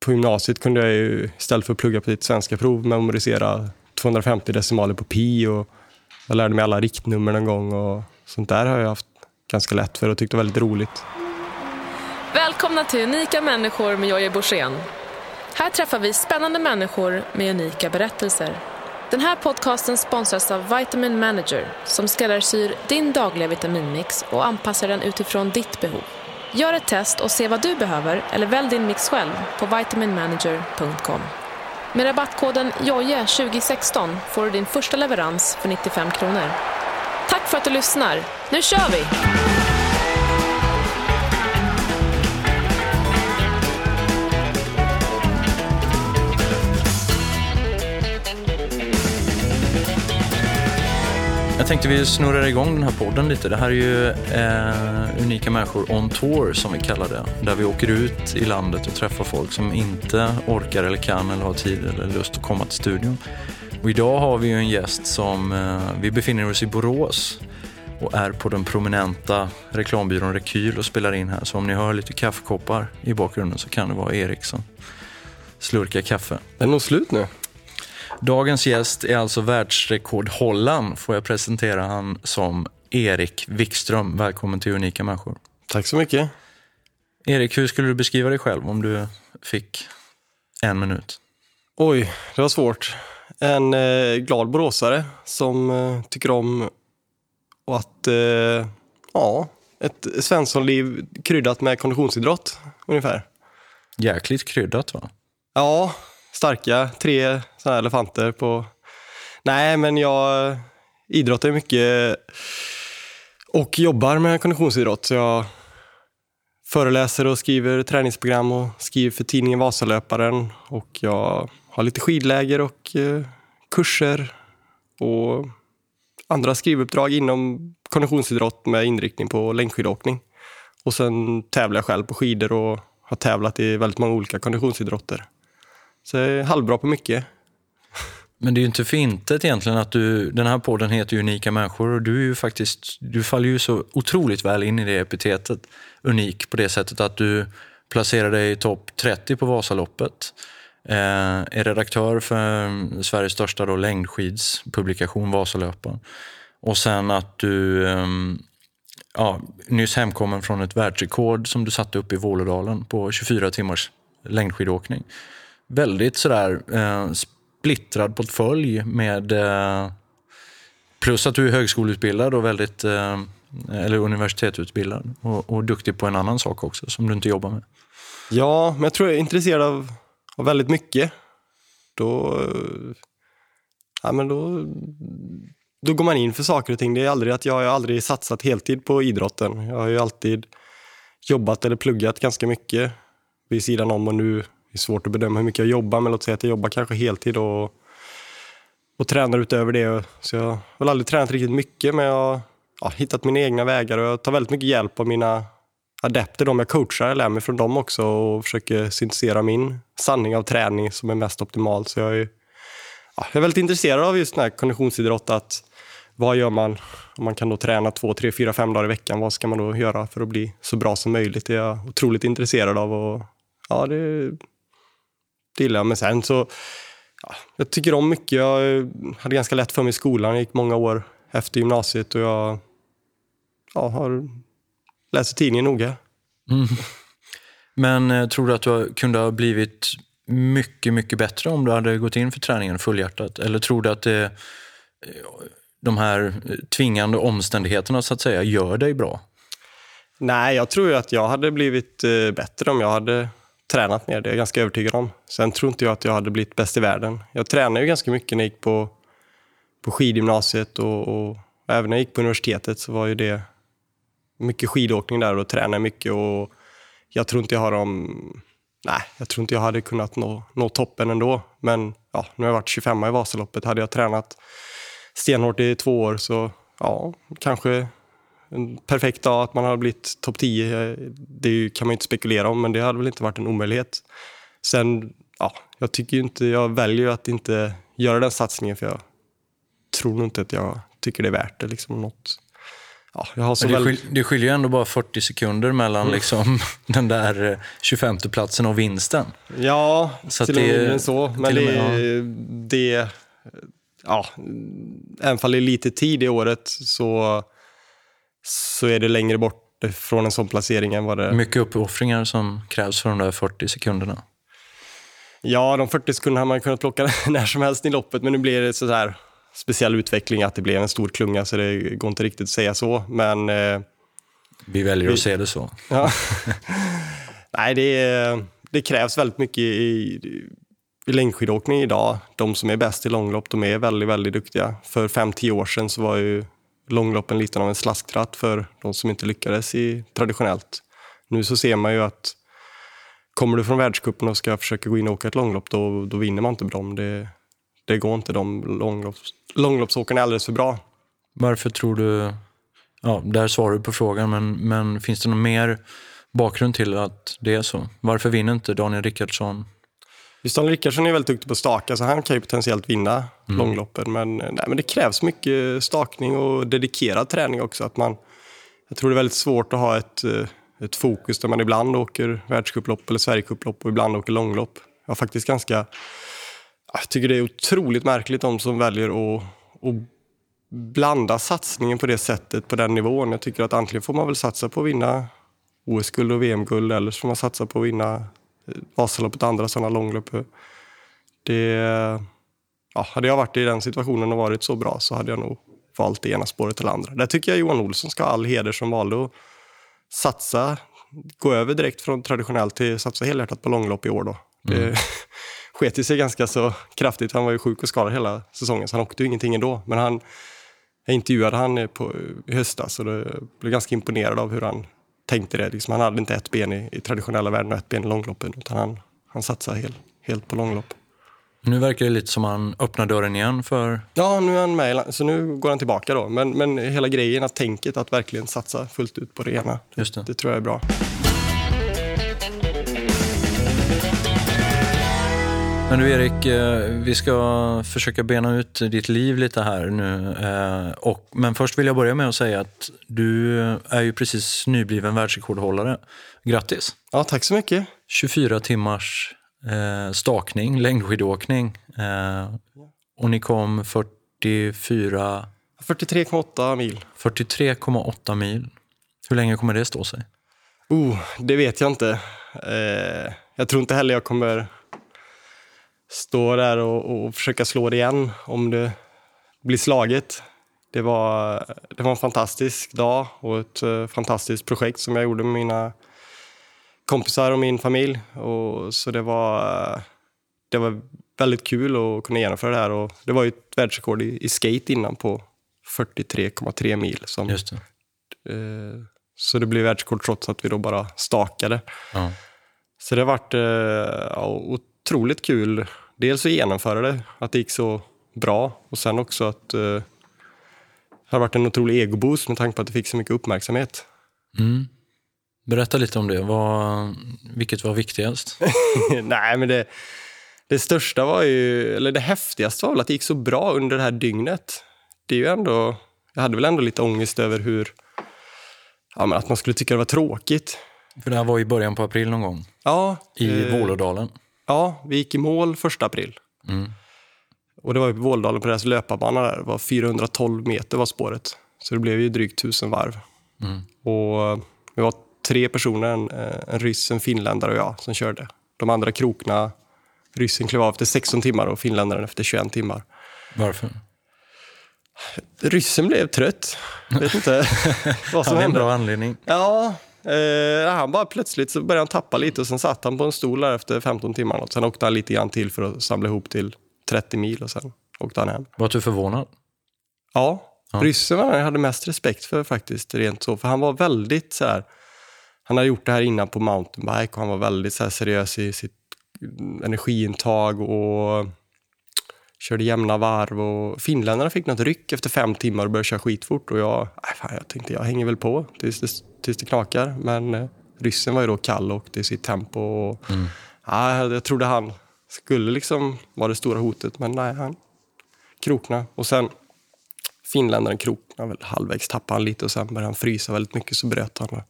på gymnasiet kunde jag ju istället för att plugga på ditt svenska prov memorisera 250 decimaler på pi, och jag lärde mig alla riktnummer någon gång, och sånt där har jag haft ganska lätt för och tyckte det var väldigt roligt. Välkomna till Unika människor med Jojje Borssén. Här träffar vi spännande människor med unika berättelser. Den här podcasten sponsras av Vitamin Manager, som skräddarsyr din dagliga vitaminmix och anpassar den utifrån ditt behov. Gör ett test och se vad du behöver eller välj din mix själv på vitaminmanager.com. Med rabattkoden JOJE2016 får du din första leverans för 95 kronor. Tack för att du lyssnar. Nu kör vi! Jag tänkte vi snurrar igång den här podden lite. Det här är ju Unika människor on tour som vi kallar det. Där vi åker ut i landet och träffar folk som inte orkar eller kan eller har tid eller lust att komma till studion. Och idag har vi ju en gäst som vi befinner oss i Borås och är på den prominenta reklambyrån Rekyl och spelar in här. Så om ni hör lite kaffekoppar i bakgrunden så kan det vara Erik som slurkar kaffe. Det är nog slut nu. Dagens gäst är alltså världsrekordhållaren, får jag presentera han som Erik Wikström. Välkommen till Unika människor. Tack så mycket. Erik, hur skulle du beskriva dig själv om du fick 1 minut? Oj, det var svårt. En glad boråsare som tycker om att ett svenssonliv kryddat med konditionsidrott ungefär. Jäkligt kryddat, va? Ja, starka 3 såna här elefanter på... Nej, men jag idrottar mycket och jobbar med konditionsidrott. Så jag föreläser och skriver träningsprogram och skriver för tidningen Vasalöparen. Och jag har lite skidläger och kurser och andra skrivuppdrag inom konditionsidrott med inriktning på längdskidåkning. Och sen tävlar jag själv på skidor och har tävlat i väldigt många olika konditionsidrotter. Så jag är halvbra på mycket. Men det är ju inte för intet egentligen att den här podden heter ju Unika människor och du faller ju så otroligt väl in i det epitetet. Unik på det sättet att du placerar dig i topp 30 på Vasaloppet. Är redaktör för Sveriges största längdskidspublikation Vasalöparen. Och sen att du nyss hemkommen från ett världsrekord som du satte upp i Vålådalen på 24 timmars längdskidåkning. Väldigt sådär splittrad portfölj med plus att du är högskoleutbildad och väldigt eller universitetsutbildad och duktig på en annan sak också som du inte jobbar med. Ja, men jag tror jag är intresserad av väldigt mycket. Då går man in för saker och ting. Det är aldrig att jag har aldrig satsat heltid på idrotten. Jag har ju alltid jobbat eller pluggat ganska mycket vid sidan om, och nu det är svårt att bedöma hur mycket jag jobbar, men låt säga att jag jobbar kanske heltid och tränar utöver det. Så jag har väl aldrig tränat riktigt mycket, men jag har hittat mina egna vägar och jag tar väldigt mycket hjälp av mina adepter, de jag coachar. Jag lär mig från dem också och försöker syntetisera min sanning av träning som är mest optimal. Så jag är väldigt intresserad av just den här konditionsidrott, att vad gör man om man kan då träna 2, 3, 4, 5 dagar i veckan? Vad ska man då göra för att bli så bra som möjligt? Det är jag otroligt intresserad av och det gillar jag. Men sen så, jag tycker om mycket. Jag hade ganska lätt för mig i skolan. Jag gick många år efter gymnasiet och jag har läst tidningen noga. Mm. Men tror du att du kunde ha blivit mycket, mycket bättre om du hade gått in för träningen fullhjärtat? Eller tror du att de här tvingande omständigheterna så att säga gör dig bra? Nej, jag tror ju att jag hade blivit bättre om jag hade tränat mer. Det är jag ganska övertygad om. Sen tror inte jag att jag hade blivit bäst i världen. Jag tränade ju ganska mycket när jag gick på skidgymnasiet och även när jag gick på universitetet så var ju det mycket skidåkning där och tränade mycket, och jag tror inte jag hade kunnat nå toppen ändå. Men nu har jag varit 25 i Vasaloppet. Hade jag tränat stenhårt i 2 år så kanske en perfekt dag att man hade blivit topp 10. Det kan man inte spekulera om, men det hade väl inte varit en omöjlighet. Sen, jag väljer att inte göra den satsningen, för jag tror nog inte att jag tycker det är värt det liksom något. ja, jag har så det skiljer ju ändå bara 40 sekunder mellan liksom den där 25:e platsen och vinsten. Ja, så till och med så. Men även fall det är lite tid i året så är det längre bort från en sån placering än vad det... Mycket uppoffringar som krävs för de där 40 sekunderna. Ja, de 40 sekunderna har man kunnat plocka när som helst i loppet, men nu blir det så här speciell utveckling att det blev en stor klunga, så det går inte riktigt att säga så, men... vi väljer att se det så. Ja. Nej, det krävs väldigt mycket i längdskidåkning idag. De som är bäst i långlopp, de är väldigt, väldigt duktiga. För 5-10 år sedan så var ju långloppen lite av en slasktratt för de som inte lyckades traditionellt. Nu så ser man ju att kommer du från världscupen och ska försöka gå in och åka ett långlopp, då vinner man inte med dem. Det går inte, de långloppsåkarna är alldeles för bra. Varför tror du, ja, där svarar du på frågan, men finns det någon mer bakgrund till att det är så? Varför vinner inte Daniel Rickardsson? Just Daniel Rickardsson är väldigt duktig på att staka, så han kan ju potentiellt vinna långloppen. Men det krävs mycket stakning och dedikerad träning också. Jag tror det är väldigt svårt att ha ett fokus där man ibland åker världscuplopp eller Sverigecuplopp och ibland åker långlopp. Jag tycker det är otroligt märkligt de som väljer att blanda satsningen på det sättet, på den nivån. Jag tycker att antingen får man väl satsa på att vinna OS-guld och VM-guld, eller så får man satsa på att vinna Vasaloppet och andra sådana långlopp. Hade jag varit i den situationen och varit så bra så hade jag nog valt det ena spåret eller andra. Där tycker jag Johan Olsson ska ha all heder som valde att gå över direkt från traditionellt till satsa helhjärtat på långlopp i år då. Det sket sig ganska så kraftigt. Han var ju sjuk och skadad hela säsongen, så han åkte ju ingenting ändå. Men jag intervjuade han i höstas, och då blev ganska imponerad av hur han tänkte det. Liksom, han hade inte ett ben i traditionella världen och ett ben i långloppen, utan han satsade helt på långlopp. Nu verkar det lite som han öppnar dörren igen för... Ja, nu är han med, så nu går han tillbaka då. Men hela grejen, att tänket att verkligen satsa fullt ut på det ena, det tror jag är bra. Men du Erik, vi ska försöka bena ut ditt liv lite här nu. Men först vill jag börja med att säga att du är ju precis nybliven världsrekordhållare. Grattis! Ja, tack så mycket. 24 timmars stakning, längdskidåkning. Och ni kom 43,8 mil. 43,8 mil. Hur länge kommer det stå sig? Det vet jag inte. Jag tror inte heller jag kommer stå där och försöka slå det igen om det blir slaget. Det var en fantastisk dag och ett fantastiskt projekt som jag gjorde med mina kompisar och min familj. Så det var väldigt kul att kunna genomföra det här. Och det var ju ett världsrekord i skate innan på 43,3 mil. Just det. Så det blev världsrekord trots att vi då bara stakade. Ja. Så det har varit otroligt kul. Dels att genomföra det, att det gick så bra. Och sen också att det har varit en otrolig egoboost med tanke på att det fick så mycket uppmärksamhet. Berätta lite om det. Vilket var viktigast? Nej, men det största var ju, eller det häftigaste var väl att det gick så bra under det här dygnet. Det är ju ändå, jag hade väl ändå lite ångest över att man skulle tycka det var tråkigt. För det här var i början på april någon gång? Ja. I Vålådalen? Ja, vi gick i mål 1 april. Och det var på Vålådalen på deras löparbana där. Det var 412 meter var spåret. Så det blev ju drygt 1000 varv. Och vi var 3 personer, en ryss, en finländare och jag som körde. De andra krokna, ryssen klev av efter 16 timmar och finländaren efter 21 timmar. Varför? Ryssen blev trött. Jag vet inte vad som hände. En bra anledning. Ja, han bara plötsligt så började han tappa lite och sen satt han på en stol där efter 15 timmar. Och sen åkte han lite grann till för att samla ihop till 30 mil och sen åkte han hem. Var du förvånad? Ja. Ryssen var jag hade mest respekt för faktiskt, rent så. För han var väldigt så här, han hade gjort det här innan på mountainbike och han var väldigt så här seriös i sitt energiintag och körde jämna varv. Och finländarna fick något ryck efter 5 timmar och började köra skitfort. Och jag tänkte jag hänger väl på tills det knakar. Men ryssen var ju då kall och det är sitt tempo. Och, jag trodde han skulle liksom vara det stora hotet, men nej, han krokna. Och sen finländaren kroknade väl halvvägs, tappade han lite och sen började han frysa väldigt mycket, så bröt han.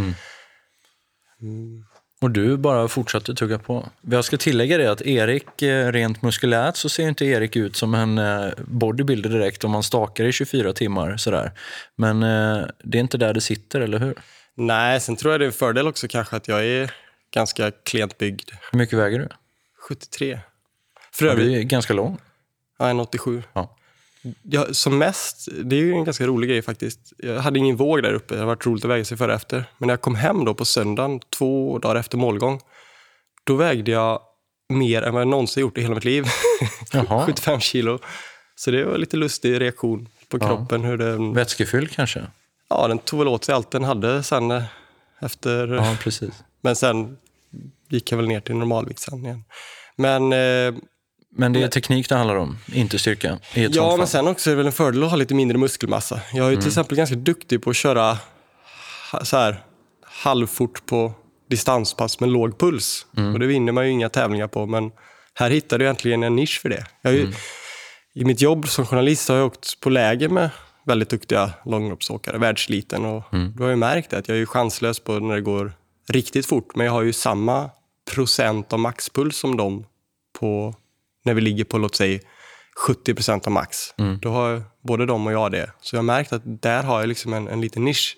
Och du bara fortsatte tugga på. Jag ska tillägga det att Erik, rent muskulärt så ser inte Erik ut som en bodybuilder direkt om man stakar i 24 timmar sådär. Men det är inte där det sitter, eller hur? Nej, sen tror jag det är en fördel också kanske att jag är ganska klent byggd. Hur mycket väger du? 73. För Ja, övrigt, du är ganska lång. ja, en 87. Ja. Jag, som mest, det är ju en ganska rolig grej faktiskt. Jag hade ingen våg där uppe, det har varit roligt att väga sig före och efter. Men när jag kom hem då på söndagen, 2 dagar efter målgång, då vägde jag mer än vad jag någonsin gjort i hela mitt liv. Jaha. 75 kilo. Så det var lite lustig reaktion på kroppen. Hur den, Vätskefylld kanske? ja, den tog väl åt sig allt den hade sen efter. Ja, precis. Men sen gick jag väl ner till normalvikt sen igen. Men det är teknik det handlar om, inte styrka i ett sånt Ja, men fall. sen också är det väl en fördel att ha lite mindre muskelmassa. Jag är ju till exempel ganska duktig på att köra så här halvfort på distanspass med låg puls. Och det vinner man ju inga tävlingar på, men här hittar du egentligen en nisch för det. Jag är ju, i mitt jobb som journalist har jag åkt på läger med väldigt duktiga långloppsåkare, världsliten, och då har jag märkt att jag är ju chanslös på när det går riktigt fort, men jag har ju samma procent av maxpuls som dem på när vi ligger på, låt säga, 70% av max. Då har både de och jag det. Så jag har märkt att där har jag liksom en liten nisch.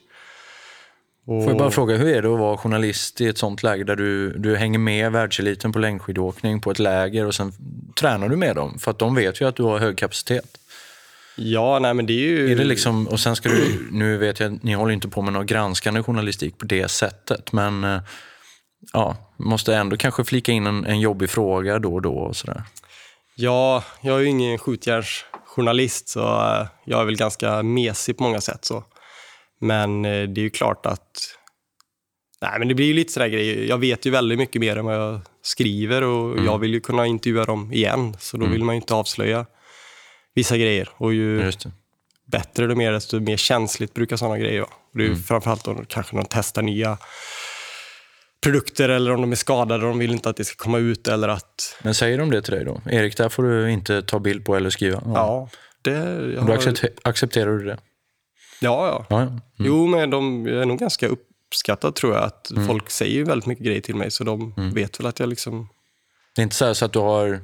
Och Får jag bara fråga, hur är det att vara journalist i ett sånt läge där du hänger med världseliten på längdskidåkning på ett läger och sen tränar du med dem? För att de vet ju att du har hög kapacitet. Ja, nej men det är ju... Är det liksom, och sen ska du, nu vet jag att ni håller inte på med någon granskande journalistik på det sättet, men ja, måste ändå kanske flika in en jobbig fråga då och då och sådär. Ja, jag är ju ingen skjutjärnsjournalist, så jag är väl ganska mesig på många sätt. Så. Men det är ju klart att... Nej, men det blir ju lite sådär grejer. Jag vet ju väldigt mycket mer än vad jag skriver, och jag vill ju kunna intervjua dem igen. Så då vill man ju inte avslöja vissa grejer. Och ju bättre det mer, desto mer känsligt brukar sådana grejer vara. Det är ju framförallt då kanske de testar nya produkter, eller om de är skadade och de vill inte att det ska komma ut, eller att... Men säger de det till dig då? Erik, där får du inte ta bild på eller skriva. Ja, Då accepterar du det? Ja. Jo, men de är nog ganska uppskattat, tror jag, att folk säger ju väldigt mycket grejer till mig, så de vet väl att jag liksom... Det är inte så att du har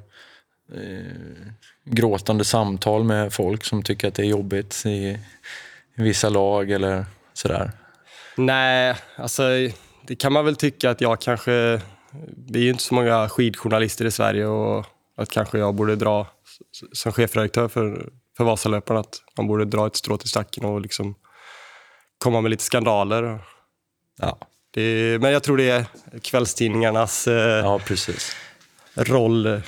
gråtande samtal med folk som tycker att det är jobbigt i vissa lag eller sådär? Nej, alltså det kan man väl tycka att jag kanske... Det är ju inte så många skidjournalister i Sverige, och att kanske jag borde dra som chefredaktör för Vasalöparna, att man borde dra ett strå till stacken och liksom komma med lite skandaler. Ja. Men jag tror det är kvällstidningarnas roll.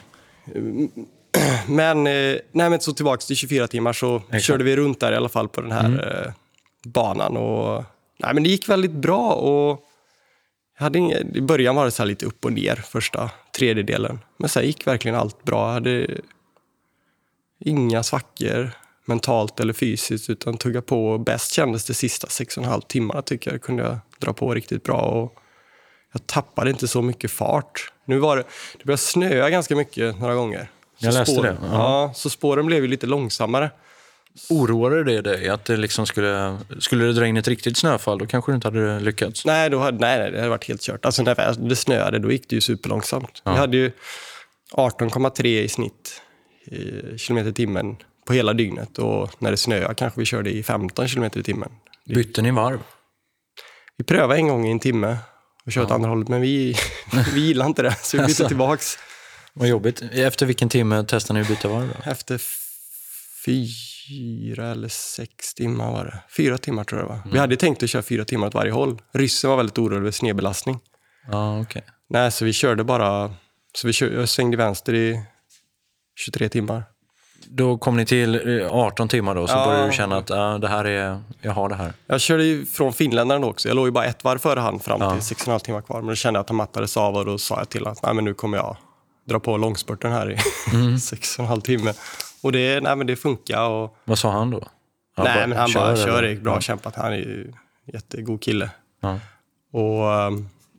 Men så tillbaka till 24 timmar så körde vi runt där i alla fall på den här banan. Och, men det gick väldigt bra, och i början var det så här lite upp och ner första tredjedelen. Men sen gick verkligen allt bra. Jag hade inga svackor mentalt eller fysiskt, utan tugga på. Bäst kändes det sista 6,5 timmarna, tycker jag. Kunde jag dra på riktigt bra, och jag tappade inte så mycket fart. Det började snöa ganska mycket några gånger. Jag läste det. Ja, så spåren blev ju lite långsammare. Oroade det dig att det liksom skulle det dra in ett riktigt snöfall, då kanske du inte hade lyckats? Nej, det hade varit helt kört. Alltså när det snöade, då gick det ju superlångsamt. Vi hade ju 18,3 i snitt kilometer i timmen på hela dygnet, och när det snöade kanske vi körde i 15 kilometer i timmen. Bytte ni varv? Vi prövade en gång i en timme och körde åt andra hållet, men vi gillade inte det, så vi bytte tillbaks. Vad jobbigt. Efter vilken timme testade ni att byta varv då? Efter 4 eller 6 timmar var det. 4 timmar tror jag det var. Vi hade tänkt att köra 4 timmar åt varje håll. Ryssen var väldigt orolig över snedbelastning. Okej. Nej, så vi körde bara... jag svängde vänster i 23 timmar. Då kom ni till 18 timmar då, så började du känna att jag har det här. Jag körde ju från finländaren också. Jag låg ju bara ett varv före han fram till 6,5 timmar kvar. Men då kände jag att han mattades av, och då sa jag till honom att nu kommer jag dra på långspurten här i 6,5 timmar. Och det funkar. Och... Vad sa han då? Han bara kör, det gick bra kämpat. Han är ju en jättegod kille. Ja. Och...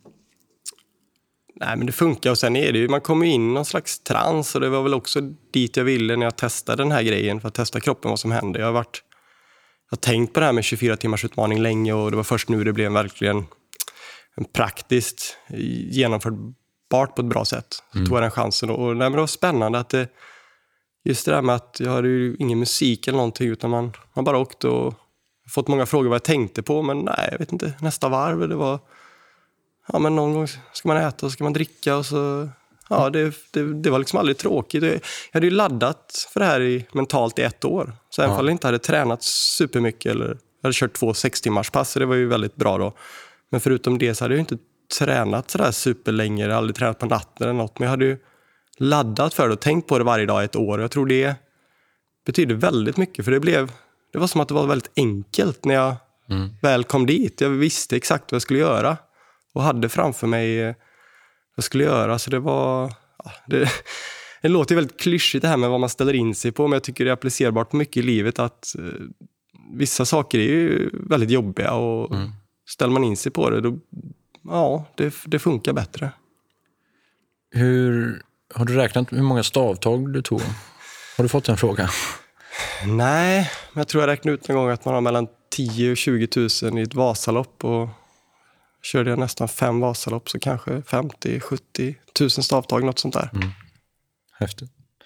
men det funkar, och sen är det ju, man kommer in i någon slags trans, och det var väl också dit jag ville när jag testade den här grejen, för att testa kroppen, vad som hände. Jag har varit har tänkt på det här med 24 timmars utmaning länge, och det var först nu det blev verkligen en praktiskt genomförbart på ett bra sätt. Så tog jag den chansen, och nej, men det var spännande att det, just det där med att jag hade ju ingen musik eller någonting, utan man bara åkte och fått många frågor vad jag tänkte på, men nej, jag vet inte, nästa varv, det var men någon gång ska man äta och ska man dricka, och så det var liksom aldrig tråkigt. Jag hade ju laddat för det här mentalt i 1 år, så även om jag inte hade tränat supermycket, eller jag hade kört 2 6-timmars pass, så det var ju väldigt bra då, men förutom det så hade jag inte tränat så där superlänge, jag hade aldrig tränat på natten eller något, men jag hade ju laddat för det och tänkt på det varje dag i 1 år. Jag tror det betyder väldigt mycket, för det var som att det var väldigt enkelt när jag väl kom dit. Jag visste exakt vad jag skulle göra och hade framför mig vad jag skulle göra, så det var det låter väldigt klyschigt det här med vad man ställer in sig på, men jag tycker det är applicerbart mycket i livet, att vissa saker är ju väldigt jobbiga, och ställer man in sig på det, då det funkar bättre. Har du räknat hur många stavtag du tog? Har du fått en fråga? Nej, men jag tror jag räknade ut en gång att man har mellan 10 och 20 000 i ett Vasalopp, och körde jag nästan 5 Vasalopp, så kanske 50-70 000 stavtag, något sånt där. Häftigt.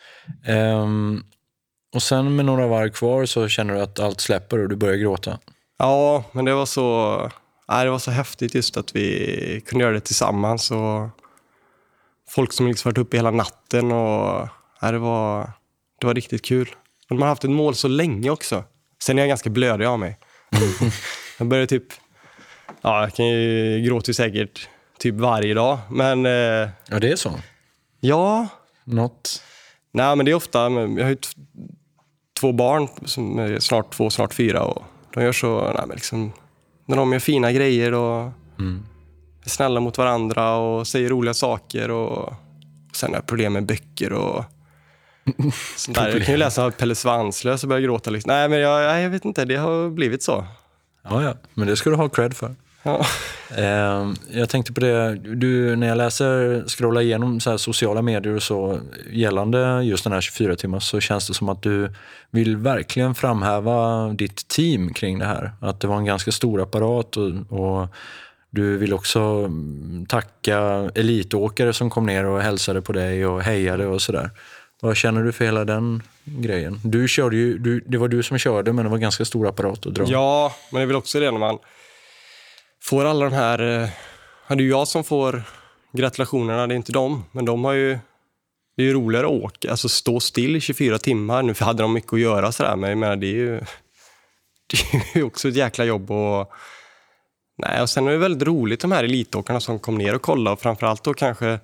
Och sen med några varv kvar så känner du att allt släpper och du börjar gråta? Ja, men det var så häftigt just att vi kunde göra det tillsammans, och folk som liksom varit uppe hela natten, och det var riktigt kul. Och man har haft ett mål så länge också. Sen är jag ganska blödig av mig. Jag börjar typ, jag kan ju gråta säkert typ varje dag, men ja, det är så. Ja. Något. Nej, men det är ofta, jag har ju 2 barn som är snart 2, snart 4, och de gör så, men liksom, när de gör fina grejer och är snälla mot varandra och säger roliga saker, och sen har jag problem med böcker och sånt där. Jag kan ju läsa Pelle Svanslös och börja gråta liksom. Nej, men jag vet inte, det har blivit så. Ja, men det ska du ha cred för. Ja. Jag tänkte på det, när jag scrollar igenom så här sociala medier och så gällande just den här 24 timmar, så känns det som att du vill verkligen framhäva ditt team kring det här. Att det var en ganska stor apparat, och du vill också tacka elitåkare som kom ner och hälsade på dig och hejade och sådär. Vad känner du för hela den grejen? Du körde ju, det var du som körde, men det var ganska stor apparat att dra. Ja, men det är väl också det när man får alla de här... det är ju jag som får gratulationerna, det är inte dem. Men de har ju... Det är ju roligare att åka, alltså stå still i 24 timmar. Nu hade de mycket att göra sådär, men jag menar, det är ju också ett jäkla jobb. Och sen är det väldigt roligt de här elitåkarna som kom ner och kollade, och framförallt då kanske...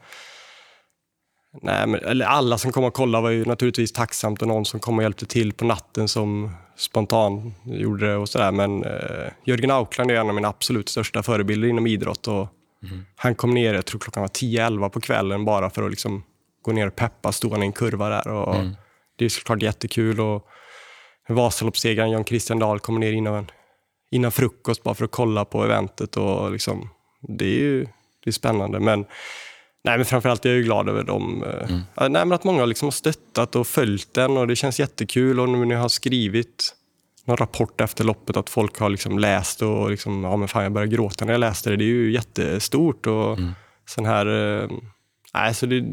eller alla som kom och kollade var ju naturligtvis tacksamt, och någon som kom och hjälpte till på natten som spontan gjorde det och sådär. Men Jörgen Aukland är en av mina absolut största förebilder inom idrott, och han kom ner, jag tror klockan var 10-11 på kvällen, bara för att liksom gå ner och peppa, stå i en kurva där, och det är såklart jättekul. Och Vasaloppssegaren Jan Christian Dahl kommer ner innan frukost bara för att kolla på eventet, och liksom, det är spännande. Men framförallt är jag ju glad över dem. Men att många liksom har stöttat och följt den, och det känns jättekul. Och nu när jag har skrivit någon rapport efter loppet, att folk har liksom läst och liksom, jag började gråta när jag läste det. Det är ju jättestort. Och sån här... så det...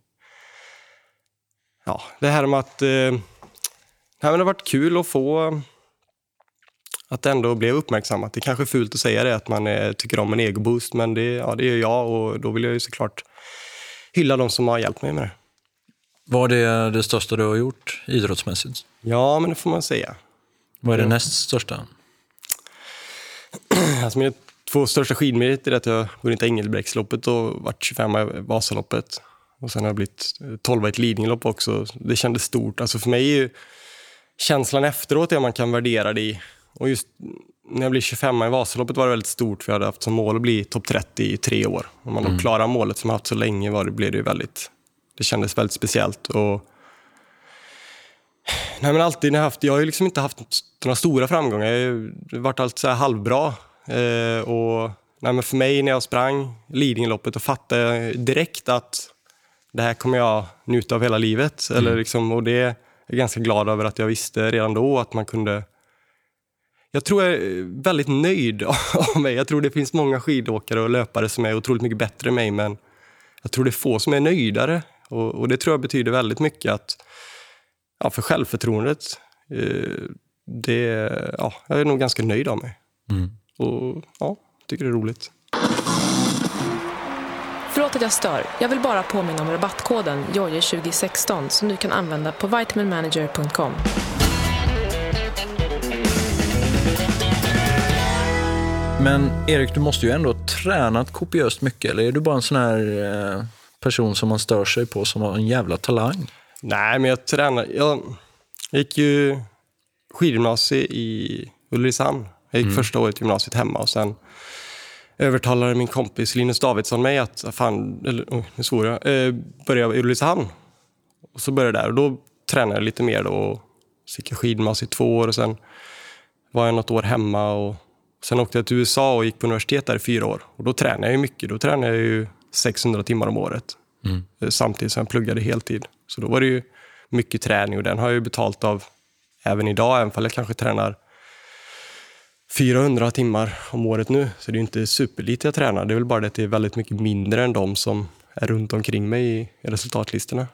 Ja, det här med att... det har varit kul att få... Att det ändå blev uppmärksammat. Det är kanske fult att säga det, att man tycker om en egoboost, men det gör jag, och då vill jag ju såklart hylla de som har hjälpt mig med det. Vad är det största du har gjort idrottsmässigt? Ja, men det får man säga. Vad är det näst största? Alltså mina 2 största skidmeriter är att jag vunnit Engelbrektsloppet och varit 25 i Vasaloppet. Och sen har jag blivit 12 i ett Lidingölopp också. Det kändes stort. Alltså för mig är ju känslan efteråt att man kan värdera det i. Och just när jag blev 25 i Vasaloppet var det väldigt stort, för jag hade haft som mål att bli topp 30 i 3 år. Om man då klarar målet som jag haft så länge blev det ju väldigt... Det kändes väldigt speciellt. Och alltid när jag har ju liksom inte haft några stora framgångar. Jag har varit alltid så här halvbra. Men för mig när jag sprang Lidingöloppet, och fattade jag direkt att det här kommer jag njuta av hela livet. Eller liksom, och det är jag ganska glad över att jag visste redan då att man kunde... Jag tror jag är väldigt nöjd av mig. Jag tror det finns många skidåkare och löpare som är otroligt mycket bättre än mig, men jag tror det är få som är nöjdare. Och det tror jag betyder väldigt mycket för självförtroendet. Jag är nog ganska nöjd av mig. Och tycker det är roligt. Förlåt att jag stör. Jag vill bara påminna om rabattkoden JOJE2016 som du kan använda på vitaminmanager.com. Men Erik, du måste ju ändå ha tränat kopiöst mycket. Eller är du bara en sån här person som man stör sig på som har en jävla talang? Nej, men jag tränar. Jag gick ju skidgymnasiet i Ulricehamn. Jag gick första året i gymnasiet hemma och sen övertalade min kompis Linus Davidsson mig att börja i Ulricehamn. Och så började jag där och då tränade jag lite mer då. Så gick jag skidgymnasiet i 2 år och sen var jag något år hemma och sen åkte jag till USA och gick på universitet där i 4 år. Och då tränade jag ju mycket. Då tränade jag ju 600 timmar om året. Samtidigt som jag pluggade heltid. Så då var det ju mycket träning och den har jag ju betalt av även idag. Även om jag kanske tränar 400 timmar om året nu. Så det är ju inte superlite jag tränar. Det är väl bara det att det är väldigt mycket mindre än de som är runt omkring mig i resultatlistorna.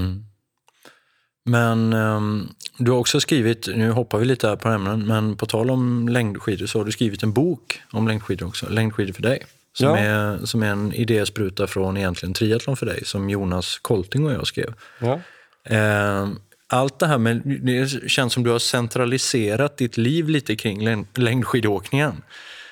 Men du har också skrivit, nu hoppar vi lite här på ämnen, men på tal om längdskidor så har du skrivit en bok om längdskidor också. Längdskidor för dig. Som är en idéspruta från egentligen triathlon för dig som Jonas Kolting och jag skrev. Ja. Allt det här med, det känns som du har centraliserat ditt liv lite kring längdskidåkningen.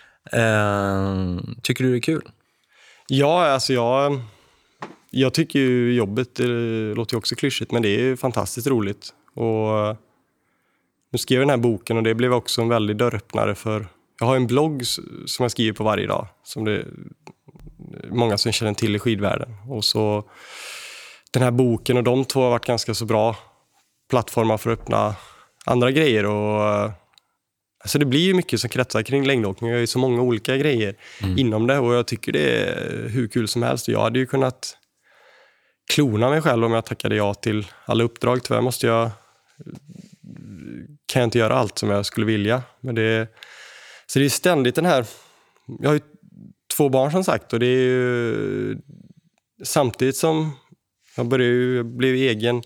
Tycker du det är kul? Ja, alltså jag tycker ju jobbet, det låter ju också klyschigt, men det är ju fantastiskt roligt. Och nu skrev jag den här boken och det blev också en väldig dörröppnare för... Jag har en blogg som jag skriver på varje dag, som det är många som känner till i skidvärlden. Och så den här boken och de 2 har varit ganska så bra plattformar för att öppna andra grejer. Och alltså det blir ju mycket som kretsar kring längdåkning. Jag gör ju så många olika grejer inom det och jag tycker det är hur kul som helst. Jag hade ju kunnat klona mig själv om jag tackade ja till alla uppdrag. Tyvärr kan jag inte göra allt som jag skulle vilja. Så det är ständigt den här... Jag har ju 2 barn som sagt och det är ju samtidigt som jag blev egen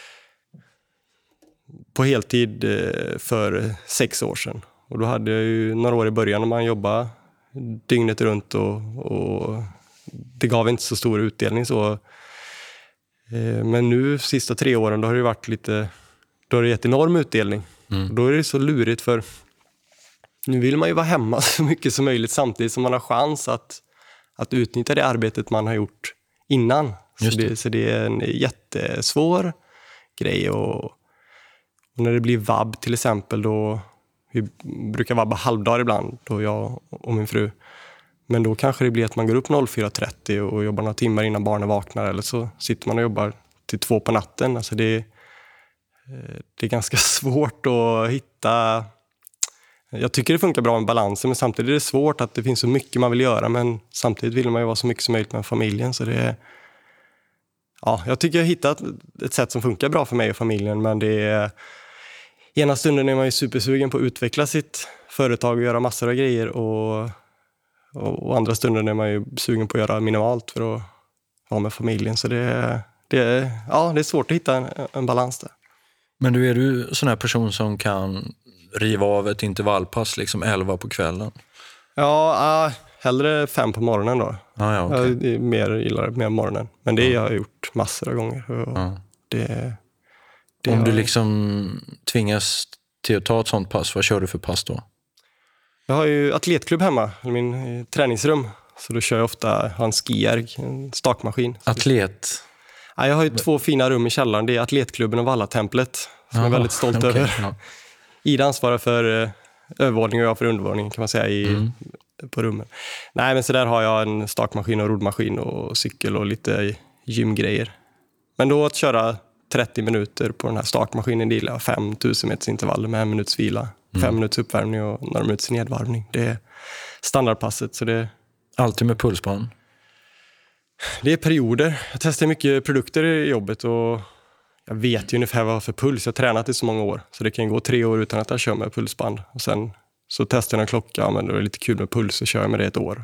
på heltid för 6 år sedan. Och då hade jag ju några år i början när man jobbade dygnet runt och det gav inte så stor utdelning så. Men nu sista 3 åren då har det varit då har det gett enorm utdelning. Och då är det så lurigt för nu vill man ju vara hemma så mycket som möjligt samtidigt som man har chans att utnyttja det arbetet man har gjort innan. Så det är en jättesvår grej och när det blir vabb till exempel då vi brukar vabba halvdagar ibland då jag och min fru. Men då kanske det blir att man går upp 04.30 och jobbar några timmar innan barnen vaknar eller så sitter man och jobbar till 2 på natten. Alltså det är ganska svårt att hitta... Jag tycker det funkar bra med balansen men samtidigt är det svårt att det finns så mycket man vill göra men samtidigt vill man ju vara så mycket som möjligt med familjen så det är... Ja, jag tycker jag har hittat ett sätt som funkar bra för mig och familjen men det är... Ena stunden är man ju supersugen på att utveckla sitt företag och göra massor av grejer och andra stunden är man ju sugen på att göra minimalt för att vara med familjen så det är svårt att hitta en balans där. Men är du sån här person som kan riva av ett intervallpass liksom 11 på kvällen? Ja, hellre 5 på morgonen då. Ja, okay. Jag gillar mer morgonen. Men det har jag gjort massor av gånger. Om du liksom tvingas till att ta ett sånt pass, vad kör du för pass då? Jag har ju atletklubb hemma, min träningsrum. Så då kör jag ofta en skierg, en stakmaskin. Atlet? Ja, jag har ju 2 fina rum i källaren. Det är atletklubben och Vallatemplet som jag är väldigt stolt över. Ja. Ida ansvarar för övervåning och jag för undervåning kan man säga på rummen. Nej, men så där har jag en stakmaskin och roddmaskin och cykel och lite gymgrejer. Men då att köra 30 minuter på den här stakmaskinen, det gillar 5000 meters intervaller med 1 minuts vila. 5 minuters uppvärmning och några minuters nedvarvning. Det är standardpasset. Så det... Alltid med pulsband? Det är perioder. Jag testar mycket produkter i jobbet och jag vet ju ungefär vad jag har för puls. Jag har tränat i så många år. Så det kan gå 3 år utan att jag kör med pulsband. Och sen Så testade jag en klocka, men det var lite kul med puls, så kör jag med det ett år.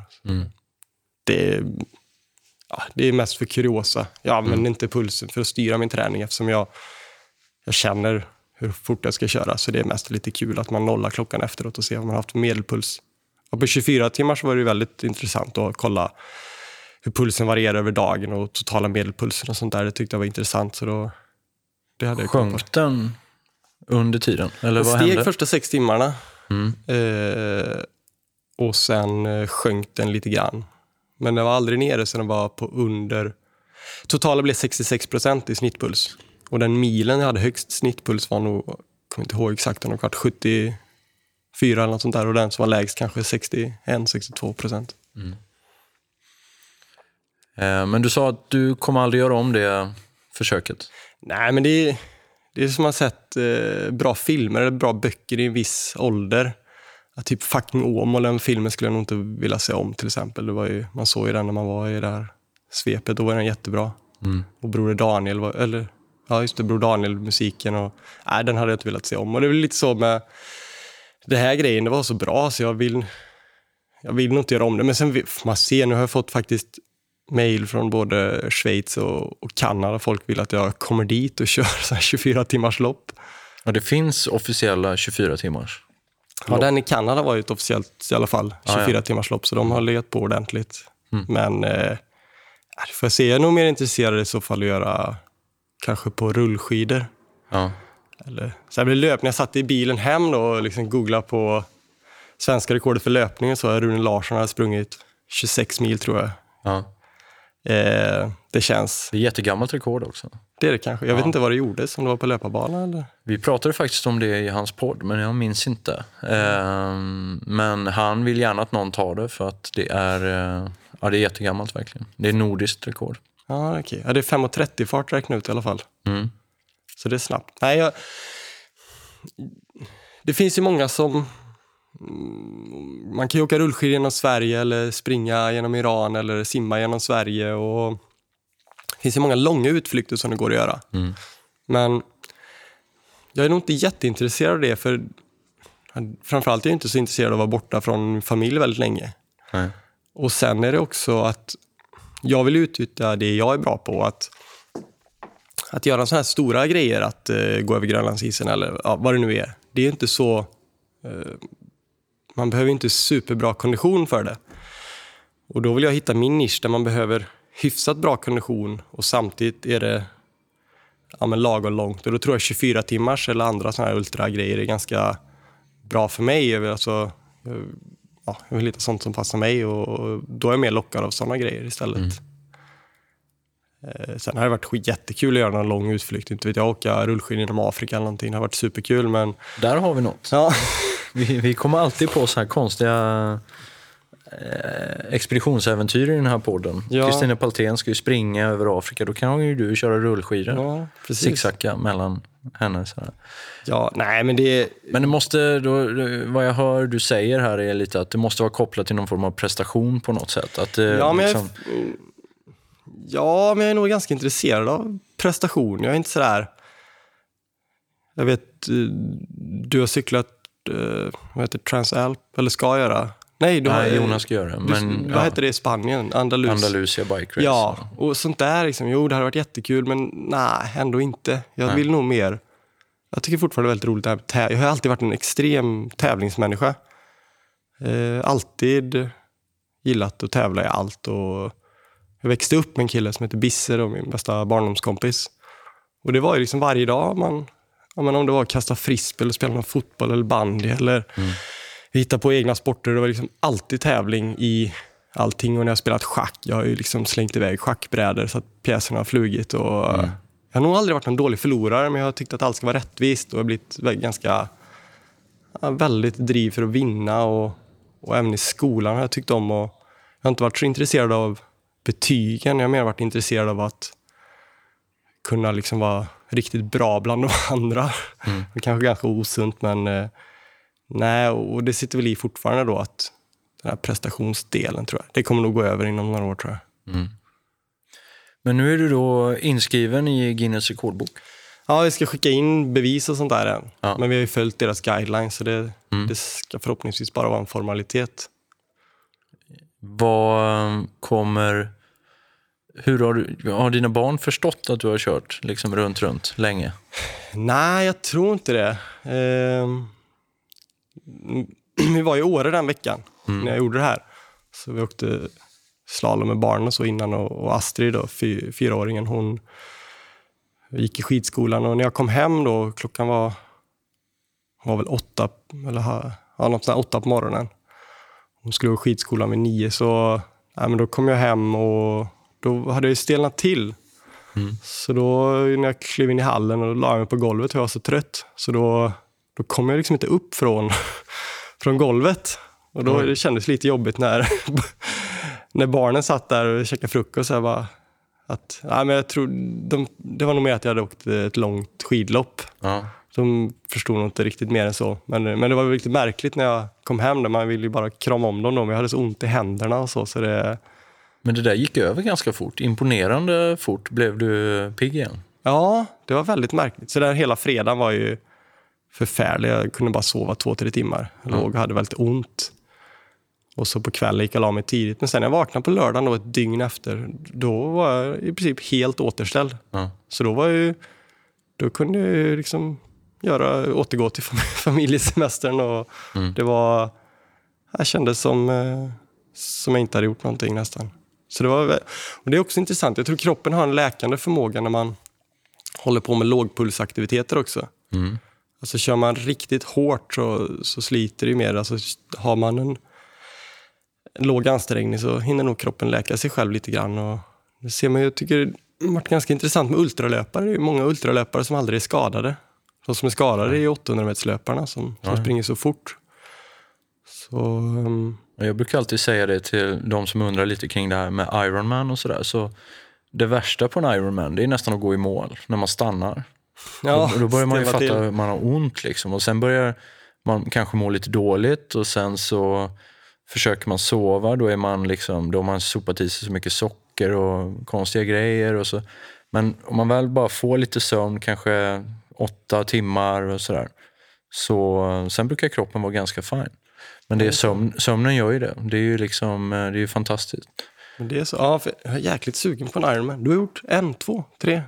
Det är mest för kuriosa. Jag använder inte pulsen för att styra min träning, eftersom jag känner hur fort jag ska köra. Så det är mest lite kul att man nollar klockan efteråt och ser om man har haft medelpuls. Och på 24 timmar så var det väldigt intressant att kolla hur pulsen varierar över dagen och totala medelpulsen och sånt där. Det tyckte jag var intressant, så då det hade jag koll på. Sjönk den under tiden? Eller vad steg hände? Första 6 timmarna. Och sen sjönk den lite grann. Men den var aldrig nere, så den var på under... Totala blev 66% i snittpuls. Och den milen jag hade högst snittpuls var nog, jag kommer inte ihåg exakt, den var 74 eller något sånt där. Och den som var lägst kanske 61-62%. Men du sa att du kommer aldrig göra om det försöket. Nej, men det är som att man sett bra filmer eller bra böcker i en viss ålder. Typ Fucking Åmål, den filmen skulle jag nog inte vilja se om till exempel. Det var ju, man såg ju den när man var i det här svepet, då var den jättebra. Och Broder Daniel Bror Daniel, musiken, och den hade jag inte velat se om. Och det är väl lite så med det här grejen, det var så bra så jag vill nog inte göra om det. Men sen man ser, nu har jag fått faktiskt mejl från både Schweiz och Kanada. Folk vill att jag kommer dit och kör så här 24 timmars lopp. Ja, det finns officiella 24 timmars. Ja, den i Kanada var ju ett officiellt i alla fall 24 timmars lopp, så de har legat på ordentligt. Men får jag se, jag är nog mer intresserad i så fall att göra kanske på rullskidor. Ja. Eller så jag blev löpning. Jag satt i bilen hem då och liksom googlade på svenska rekordet för löpningen, så Rune Larsson hade sprungit 26 mil tror jag. Ja. Det känns... Det är jättegammalt rekord också. Det är det kanske. Jag vet inte vad det gjordes, om det var på löparbanan eller? Vi pratade faktiskt om det i hans podd, men jag minns inte. Men han vill gärna att någon tar det, för att det är, det är jättegammalt verkligen. Det är nordiskt rekord. Ja, okej. Ja, det är 5:30 fart räkna ut i alla fall. Så det är snabbt. Nej, det finns ju många som... Man kan ju åka rullskidor genom Sverige eller springa genom Iran eller simma genom Sverige, och det finns ju många långa utflykter som det går att göra. Men jag är nog inte jätteintresserad av det, för framförallt är jag inte så intresserad av att vara borta från familj väldigt länge. Nej. Och sen är det också att jag vill utnyttja det jag är bra på, att göra sådana här stora grejer, att gå över Grönlandsisen eller vad det nu är. Det är inte så... Man behöver inte superbra kondition för det. Och då vill jag hitta min nisch där man behöver hyfsat bra kondition och samtidigt är det lagom långt. Och då tror jag 24 timmars eller andra sådana här ultragrejer är ganska bra för mig. Jag vill hitta sånt som passar mig, och då är jag mer lockad av sådana grejer istället. Sen har det varit jättekul att göra någon lång utflykt. Inte vet jag, åka rullskidor genom Afrika eller någonting. Det har varit superkul, men... Där har vi något. Ja. Vi kommer alltid på så här konstiga expeditionsäventyr i den här podden. Ja. Kristina Paltén ska ju springa över Afrika. Då kan ju du köra rullskidor. Ja, precis. Zigzacka mellan henne. Så här. Ja, nej, men det... Men det måste, vad jag hör du säger här är lite att det måste vara kopplat till någon form av prestation på något sätt. Att, men jag är nog ganska intresserad av prestation. Jag är inte sådär... Jag vet, du har cyklat Transalp, eller ska göra? Nej, Jonas ska göra det. Men, vad heter det i Spanien? Andalusia Bike Race. Ja, och sånt där liksom. Jo, det hade varit jättekul, men nej, ändå inte. Jag vill nog mer... Jag tycker fortfarande det är väldigt roligt det här. Jag har alltid varit en extrem tävlingsmänniska. Alltid gillat att tävla i allt, och jag växte upp med en kille som heter Bisse, då, min bästa barndomskompis. Och det var ju liksom varje dag om det var att kasta frisbee eller spela någon fotboll eller bandy eller hitta på egna sporter. Det var liksom alltid tävling i allting. Och när jag spelat schack, jag har ju liksom slängt iväg schackbrädor så att pjäserna har flugit. Och jag har nog aldrig varit en dålig förlorare, men jag har tyckt att allt ska vara rättvist. Och jag har blivit väldigt driv för att vinna. Och även i skolan har jag tyckt om. Och jag har inte varit så intresserad av betygen. Jag har mer varit intresserad av att kunna liksom vara riktigt bra bland de andra. Det kanske är ganska osunt, men nej, och det sitter väl i fortfarande då, att den här prestationsdelen tror jag. Det kommer nog gå över inom några år tror jag. Men nu är du då inskriven i Guinness rekordbok. Ja, vi ska skicka in bevis och sånt där än. Ja. Men vi har ju följt deras guidelines så det ska förhoppningsvis bara vara en formalitet. Hur har dina barn förstått att du har kört liksom runt länge? Nej, jag tror inte det. Vi var i Åre den veckan när jag gjorde det här. Så vi åkte slalom med barnen och så innan. Och Astrid då, 4-åringen, hon gick i skidskolan. Och när jag kom hem då, klockan var väl 8 eller något sånt 8 på morgonen. Hon skulle gå i skidskolan vid 9, så men då kom jag hem och då hade jag stelnat till. Så då när jag klev in i hallen och la mig på golvet var jag så trött. Så då kom jag liksom inte upp från golvet. Och då det kändes lite jobbigt när barnen satt där och käkade frukost. Så jag bara men jag tror det var nog mer att jag hade åkt ett långt skidlopp. Ja. De förstod nog inte riktigt mer än så. Men det var riktigt märkligt när jag kom hem där. Man ville ju bara krama om dem då. Men jag hade så ont i händerna och så det... Men det där gick över ganska fort. Imponerande fort blev du pigg igen. Ja, det var väldigt märkligt. Så där hela fredagen var ju förfärlig. Jag kunde bara sova 2-3 timmar. Jag låg och hade väldigt ont. Och så på kvällen gick jag la mig tidigt. Men sen när jag vaknade på lördagen då, ett dygn efter, då var jag i princip helt återställd. Så då kunde jag liksom återgå till familjesemestern. Och det kändes som jag inte hade gjort någonting nästan. Så och det är också intressant. Jag tror kroppen har en läkande förmåga när man håller på med lågpulsaktiviteter också. Alltså kör man riktigt hårt så sliter det ju mer. Alltså har man en låg ansträngning så hinner nog kroppen läka sig själv lite grann. Och det ser man ju, jag tycker det har varit ganska intressant med ultralöpare. Det är ju många ultralöpare som aldrig är skadade. De som är skadade är 800-meterslöparna som springer så fort. Så... Jag brukar alltid säga det till de som undrar lite kring det här med Ironman och sådär. Så det värsta på en Ironman, det är nästan att gå i mål när man stannar. Ja, då börjar man ju fatta att man har ont liksom. Och sen börjar man kanske må lite dåligt och sen så försöker man sova. Då har man sopat i sig så mycket socker och konstiga grejer och så. Men om man väl bara får lite sömn, kanske 8 timmar och sådär. Så sen brukar kroppen vara ganska fin. Men det är sömnen gör ju det. Det är ju liksom, det är ju fantastiskt. Men det är så, jag är jäkligt sugen på en Ironman. Du har gjort 1, 2, 3?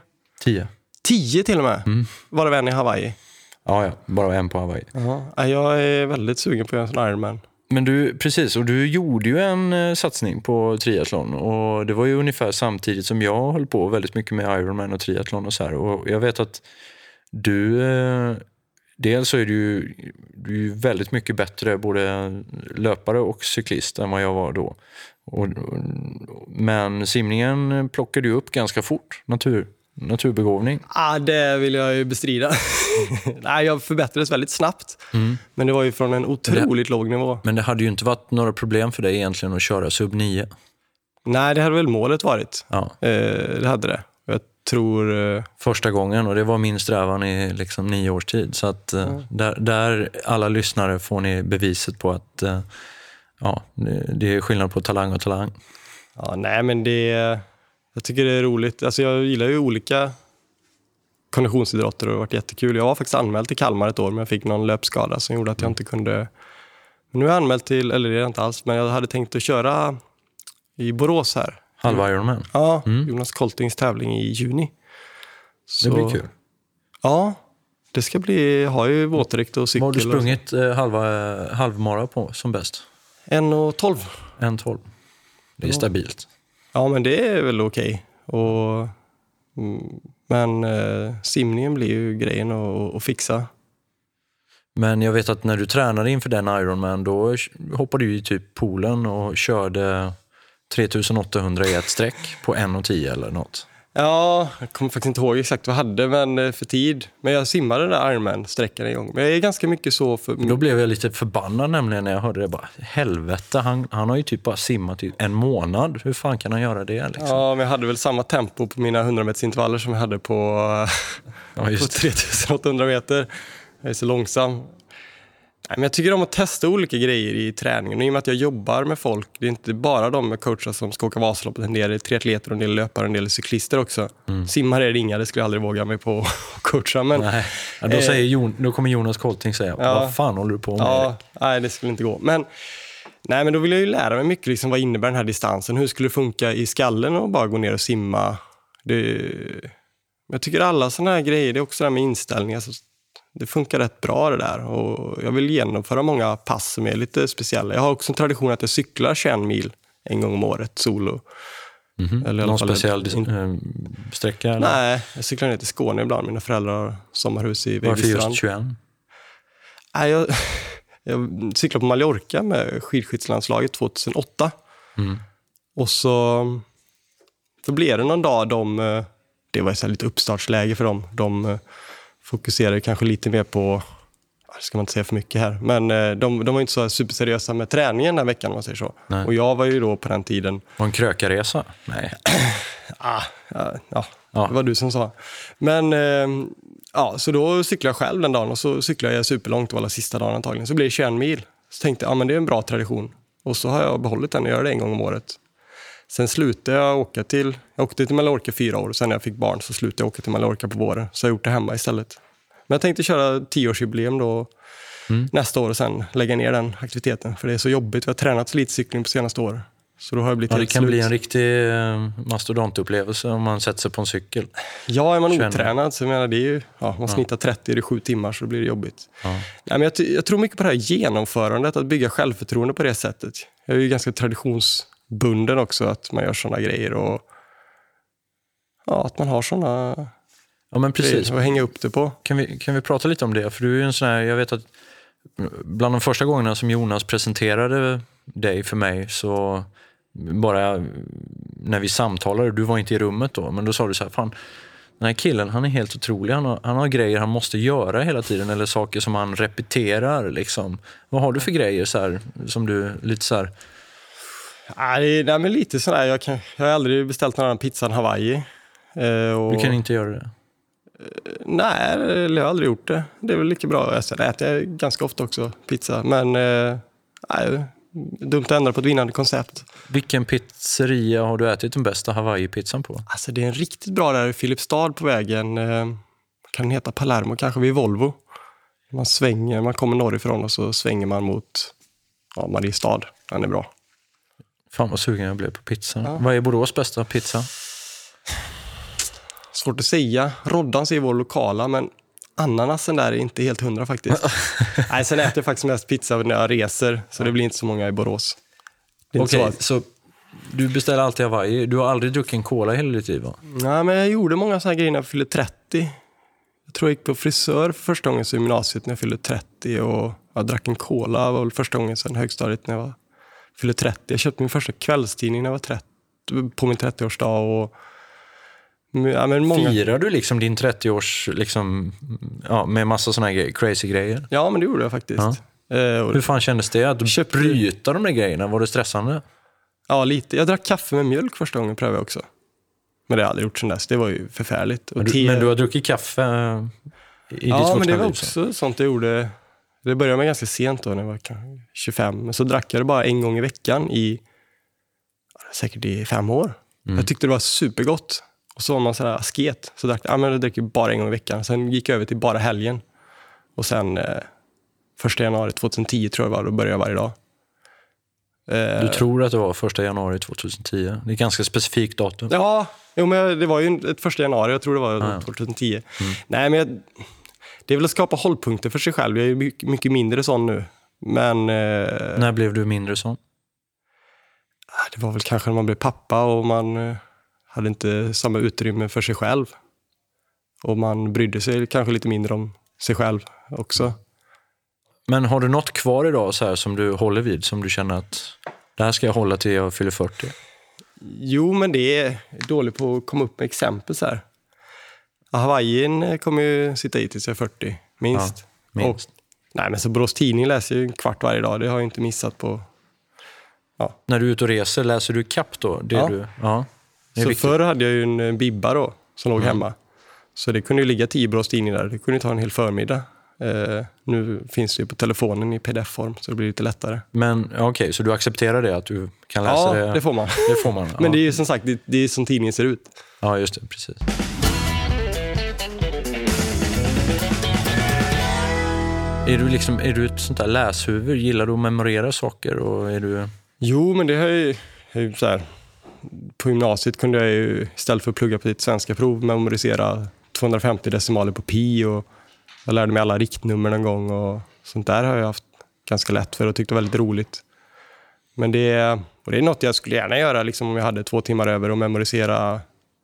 10 till och med. Varav en i Hawaii. Ja, bara en på Hawaii. Ja, jag är väldigt sugen på en sån Ironman. Men precis, och du gjorde ju en satsning på triathlon. Och det var ju ungefär samtidigt som jag höll på väldigt mycket med Ironman och triathlon och så här. Och jag vet att du... Dels så är du är väldigt mycket bättre både löpare och cyklist än vad jag var då. Men simningen plockade du upp ganska fort, naturbegåvning. Ja, det vill jag ju bestrida. Nej, jag förbättrades väldigt snabbt. Men det var ju från en otroligt låg nivå. Men det hade ju inte varit några problem för dig egentligen att köra sub 9. Nej, det hade väl målet varit. Ja. Det hade det. Jag tror... Första gången, och det var min strävan i liksom 9 års tid. Så att där alla lyssnare får ni beviset på att det är skillnad på talang och talang. Ja, nej, men jag tycker det är roligt. Alltså jag gillar ju olika konditionsidrotter och det har varit jättekul. Jag var faktiskt anmäld till Kalmar ett år, men jag fick någon löpskada som gjorde att jag inte kunde... Men nu är jag anmäld till, eller det är inte alls, men jag hade tänkt att köra i Borås här. Halva Ironman? Ja, Jonas Koltings tävling i juni. Det blir kul. Ja, det ska bli... Jag har ju våtdräkt och cykel. Vad har du sprungit halvmara på som bäst? 1:12. 1:12. Det är stabilt. Ja, men det är väl okej. Men simningen blir ju grejen att fixa. Men jag vet att när du tränade inför den Ironman, då hoppade du i typ poolen och körde 3800 i ett streck på 1:10 eller något. Ja, jag kommer faktiskt inte ihåg exakt vad jag hade men för tid. Men jag simmade den där Ironman-sträckan en gång. Men jag är ganska mycket så för... Då blev jag lite förbannad nämligen när jag hörde det. Bara, helvete, han har ju typ bara simmat i 1 månad. Hur fan kan han göra det? Liksom? Ja, men jag hade väl samma tempo på mina 100-metersintervaller som jag hade på 3800 meter. Jag är så långsam. Men jag tycker om att testa olika grejer i träningen. Och i och med att jag jobbar med folk, det är inte bara de med coacher som ska åka Vasaloppet. En del är triatleter, en del löpare, en del är cyklister också. Simmare är det inga, det skulle jag aldrig våga mig på att coacha. Men, Nej. Ja, då kommer Jonas Kolting säga, vad fan håller du på med? Ja, nej, det skulle inte gå. Men då vill jag ju lära mig mycket, liksom, vad innebär den här distansen? Hur skulle det funka i skallen och bara gå ner och simma? Jag tycker alla sådana här grejer, det är också det här med inställning. Alltså, det funkar rätt bra det där. Och jag vill genomföra många pass som är lite speciella. Jag har också en tradition att jag cyklar 21 mil en gång om året, solo. Eller någon speciell sträcka? Eller? Nej, jag cyklar ner till Skåne ibland. Mina föräldrar har sommarhus i Vejbystrand. Varför just 21? Nej, jag cyklade på Mallorca med skidskyttelandslaget 2008. Och så blev det någon dag det var så här lite uppstartsläge för dem. De fokuserade kanske lite mer på, ska man inte säga för mycket här, men de var inte så superseriösa med träningen den här veckan om man säger så. Nej. Och jag var ju då på den tiden... Var en krökarresa? Nej. Det var du som sa. Men så då cyklade jag själv den dagen och så cyklade jag superlångt, det var sista dagen antagligen. Så blev det 21 mil. Så tänkte jag, men det är en bra tradition. Och så har jag behållit den och gör det en gång om året. Sen slutade jag åka till Mallorca 4 år och sen när jag fick barn så slutade jag åka till Mallorca på våren. Så jag har gjort det hemma istället. Men jag tänkte köra 10-årsjubileum då nästa år och sen lägga ner den aktiviteten. För det är så jobbigt, jag har tränat lite cykling på senaste år. Så då har jag blivit det kan bli en riktig mastodontupplevelse om man sätter sig på en cykel. Ja, är man otränad så jag menar, det är ju, man snittar 30 eller 7 timmar så då blir det jobbigt. Ja. Nej, men jag tror mycket på det här genomförandet, att bygga självförtroende på det sättet. Jag är ju ganska traditionsbunden också, att man gör sådana grejer och att man har sådana grejer att hänga upp det på. Kan vi prata lite om det? För du är ju en sån här, jag vet att bland de första gångerna som Jonas presenterade dig för mig så bara när vi samtalade, du var inte i rummet då, men då sa du så här, fan, den här killen, han är helt otrolig, han har grejer han måste göra hela tiden eller saker som han repeterar liksom. Vad har du för grejer så här, som du lite så här... Nej, men lite sådär, jag har aldrig beställt någon annan pizza än Hawaii. Du kan inte göra det? Nej, jag har aldrig gjort det. Det är väl lika bra. Jag äter ganska ofta också pizza, men dumt att ändra på ett vinnande koncept. Vilken pizzeria har du ätit den bästa Hawaii-pizzan på? Alltså det är en riktigt bra där i Filipstad på vägen. Kan den heta Palermo kanske vid Volvo. Man kommer norrifrån och så svänger man mot Mariestad. Den är bra. Fan vad sugen jag blev på pizza. Ja. Vad är Borås bästa pizza? Svårt att säga. Roddans är vår lokala, men ananasen där är inte helt 100 faktiskt. Nej, sen äter jag faktiskt mest pizza när jag reser, så det blir inte så många i Borås. Okej, så du beställer alltid Hawaii. Du har aldrig druckit en cola hela ditt liv, va? Nej, men jag gjorde många sådana grejer när jag fyllde 30. Jag tror jag gick på frisör för första gången i gymnasiet när jag fyllde 30 och jag drack en cola var väl första gången sedan högstadiet när jag fyllde 30. Jag köpte min första kvällstidning när jag var 30, på min 30-årsdag och Firar du liksom din 30-års liksom, med massa såna här crazy grejer? Ja, men det gjorde jag faktiskt. Hur fan kändes det att bryta de där grejerna? Var det stressande? Ja, lite. Jag drack kaffe med mjölk första gången, prövade jag också. Men det har jag aldrig gjort sedan dess. Det var ju förfärligt. Men du har druckit kaffe i ditt vuxna liv? Ja, men det var också sånt jag gjorde. Det började med ganska sent då, när jag var 25. Men så drack jag det bara en gång i veckan säkert i 5 år. Jag tyckte det var supergott. Och så var man sådär asket. Så drack jag dricker bara en gång i veckan. Sen gick jag över till bara helgen. Och sen 1 januari 2010 tror jag var, då började jag varje dag. Du tror att det var 1 januari 2010? Det är ett ganska specifikt datum. Ja, men det var ju ett 1 januari, jag tror det var 2010. Nej, men det är väl att skapa hållpunkter för sig själv. Jag är ju mycket mindre sån nu. Men, när blev du mindre sån? Det var väl kanske när man blev pappa och man hade inte samma utrymme för sig själv. Och man brydde sig kanske lite mindre om sig själv också. Men har du något kvar idag så här som du håller vid, som du känner att det här ska jag hålla till jag fyller 40? Jo, men det är dåligt på att komma upp med exempel så här. Hawaii kommer ju sitta i tills jag är 40, minst. Ja, minst. Nej, men så Borås Tidning läser jag 1/4 varje dag. Det har jag inte missat på. Ja. När du är ute och reser, läser du kapp då? Det ja. Du, ja. Det är så viktigt. förr hade jag ju en bibba då, som låg hemma. Så det kunde ju ligga 10 Borås Tidning där. Det kunde ju ta en hel förmiddag. Nu finns det ju på telefonen i pdf-form så det blir lite lättare. Men okej, så du accepterar det att du kan läsa det? Ja, det får man. Det får man. Men det är ju som sagt, det är som tidningen ser ut. Ja, just det, precis. Är du ett sånt där läshuvud? Gillar du att memorera saker? Och är du... Jo, men det har ju så här. På gymnasiet kunde jag ju istället för att plugga på ditt svenska prov memorisera 250 decimaler på pi och jag lärde mig alla riktnummer någon gång och sånt där har jag haft ganska lätt för och tyckte det var väldigt roligt. Men det är något jag skulle gärna göra liksom, om jag hade 2 timmar över och memorisera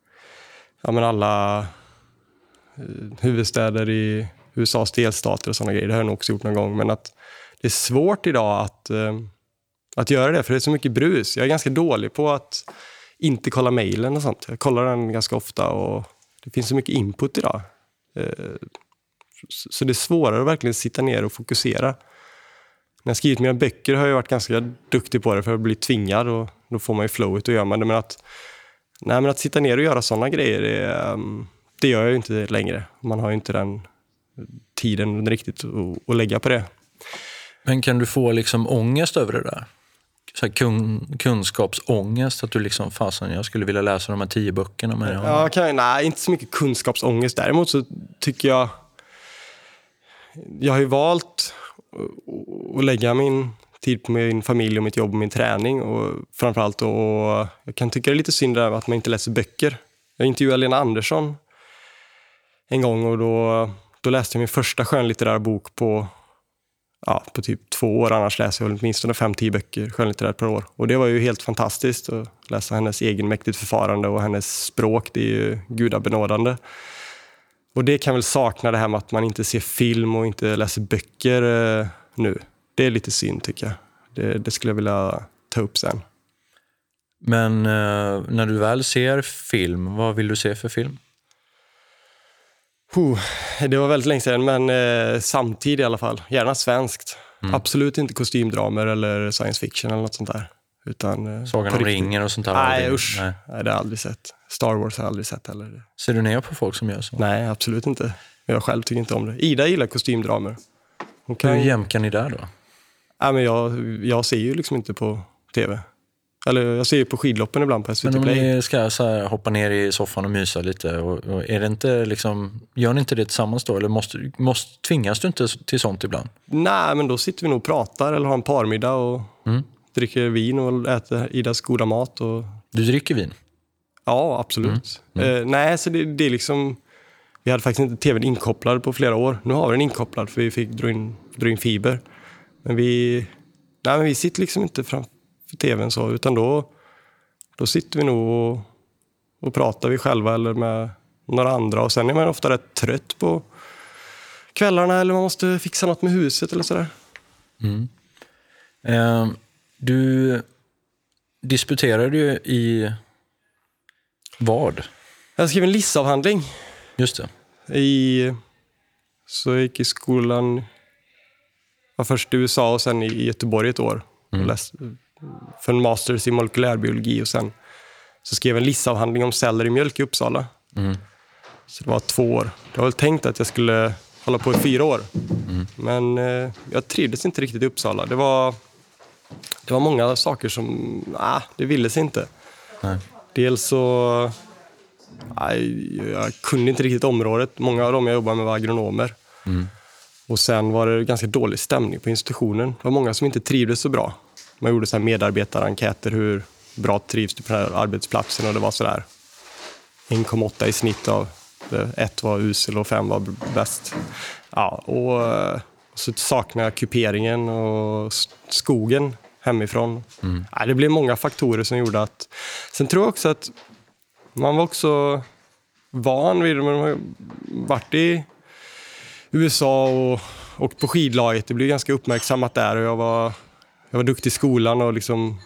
alla huvudstäder i USAs delstater och sådana grejer. Det har jag nog också gjort någon gång. Men att det är svårt idag att göra det för det är så mycket brus. Jag är ganska dålig på att inte kolla mejlen och sånt. Jag kollar den ganska ofta och det finns så mycket input idag. Så det är svårare att verkligen sitta ner och fokusera. När jag skrivit mina böcker har jag varit ganska duktig på det för att bli tvingad och då får man ju flowet och gör man det. Men att sitta ner och göra sådana grejer, det gör jag ju inte längre. Man har ju inte den tiden riktigt att lägga på det. Men kan du få liksom ångest över det där? Så här kunskapsångest, att du liksom, fasen, jag skulle vilja läsa de här 10 böckerna. Men nej, inte så mycket kunskapsångest. Däremot så tycker jag har ju valt att lägga min tid på min familj och mitt jobb och min träning och framförallt och jag kan tycka det är lite synd att man inte läser böcker. Jag intervjuade Lena Andersson en gång och då läste jag min första skönlitterära bok på typ 2 år. Annars läser jag väl åtminstone 5-10 böcker skönlitterärt per år. Och det var ju helt fantastiskt att läsa hennes egenmäktigt förfarande och hennes språk. Det är ju gudabenådande. Och det kan väl sakna det här med att man inte ser film och inte läser böcker nu. Det är lite synd tycker jag. Det skulle jag vilja ta upp sen. Men när du väl ser film, vad vill du se för film? Det var väldigt länge sedan, men samtidigt i alla fall. Gärna svenskt. Absolut inte kostymdramer eller science fiction eller något sånt där. Utan, Sagan om ringen och sånt där? Nej, usch. Nej, det har jag aldrig sett. Star Wars har jag aldrig sett heller. Ser du ner på folk som gör så? Nej, absolut inte. Jag själv tycker inte om det. Ida gillar kostymdramer. Hur jämkar ni där då? Ja, men jag ser ju liksom inte på tv. Eller jag ser ju på skidloppen ibland på SVT Play. Men om ni ska så här, hoppa ner i soffan och mysa lite och är det inte liksom, gör ni inte det tillsammans då? Eller tvingas du inte till sånt ibland? Nej, men då sitter vi nog och pratar eller har en parmiddag och dricker vin och äter Idas goda mat. Och... Du dricker vin? Ja, absolut. Nej, så det är liksom... Vi hade faktiskt inte tvn inkopplad på flera år. Nu har vi den inkopplad för vi fick dra in fiber. Men vi sitter liksom inte framför tvn så, utan då sitter vi nog och pratar vi själva eller med några andra. Och sen är man ofta rätt trött på kvällarna eller man måste fixa något med huset eller sådär. Du disputerade ju i vad? Jag skrev en LIS-avhandling. Just det. Så jag gick i skolan först i USA och sen i Göteborg ett år. För en masters i molekylärbiologi och sen så skrev jag en LIS-avhandling om celler i mjölk i Uppsala. Så det var 2 år. Jag har väl tänkt att jag skulle hålla på i 4 år. Men jag trivdes inte riktigt i Uppsala. Det var många saker som det ville sig inte. Nej. Dels så jag kunde inte riktigt området. Många av dem jag jobbade med var agronomer. Och sen var det ganska dålig stämning på institutionen. Det var många som inte trivdes så bra. Man gjorde så här medarbetarenkäter, hur bra trivs du på den här arbetsplatsen, och det var så där 1,8 i snitt av 1 var usel och 5 var bäst. Ja, och så saknade jag kuperingen och skogen hemifrån. Det blev många faktorer som gjorde att... Sen tror jag också att man var också van vid det. Man har varit i USA och på skidlaget. Det blev ganska uppmärksammat där och jag var duktig i skolan och liksom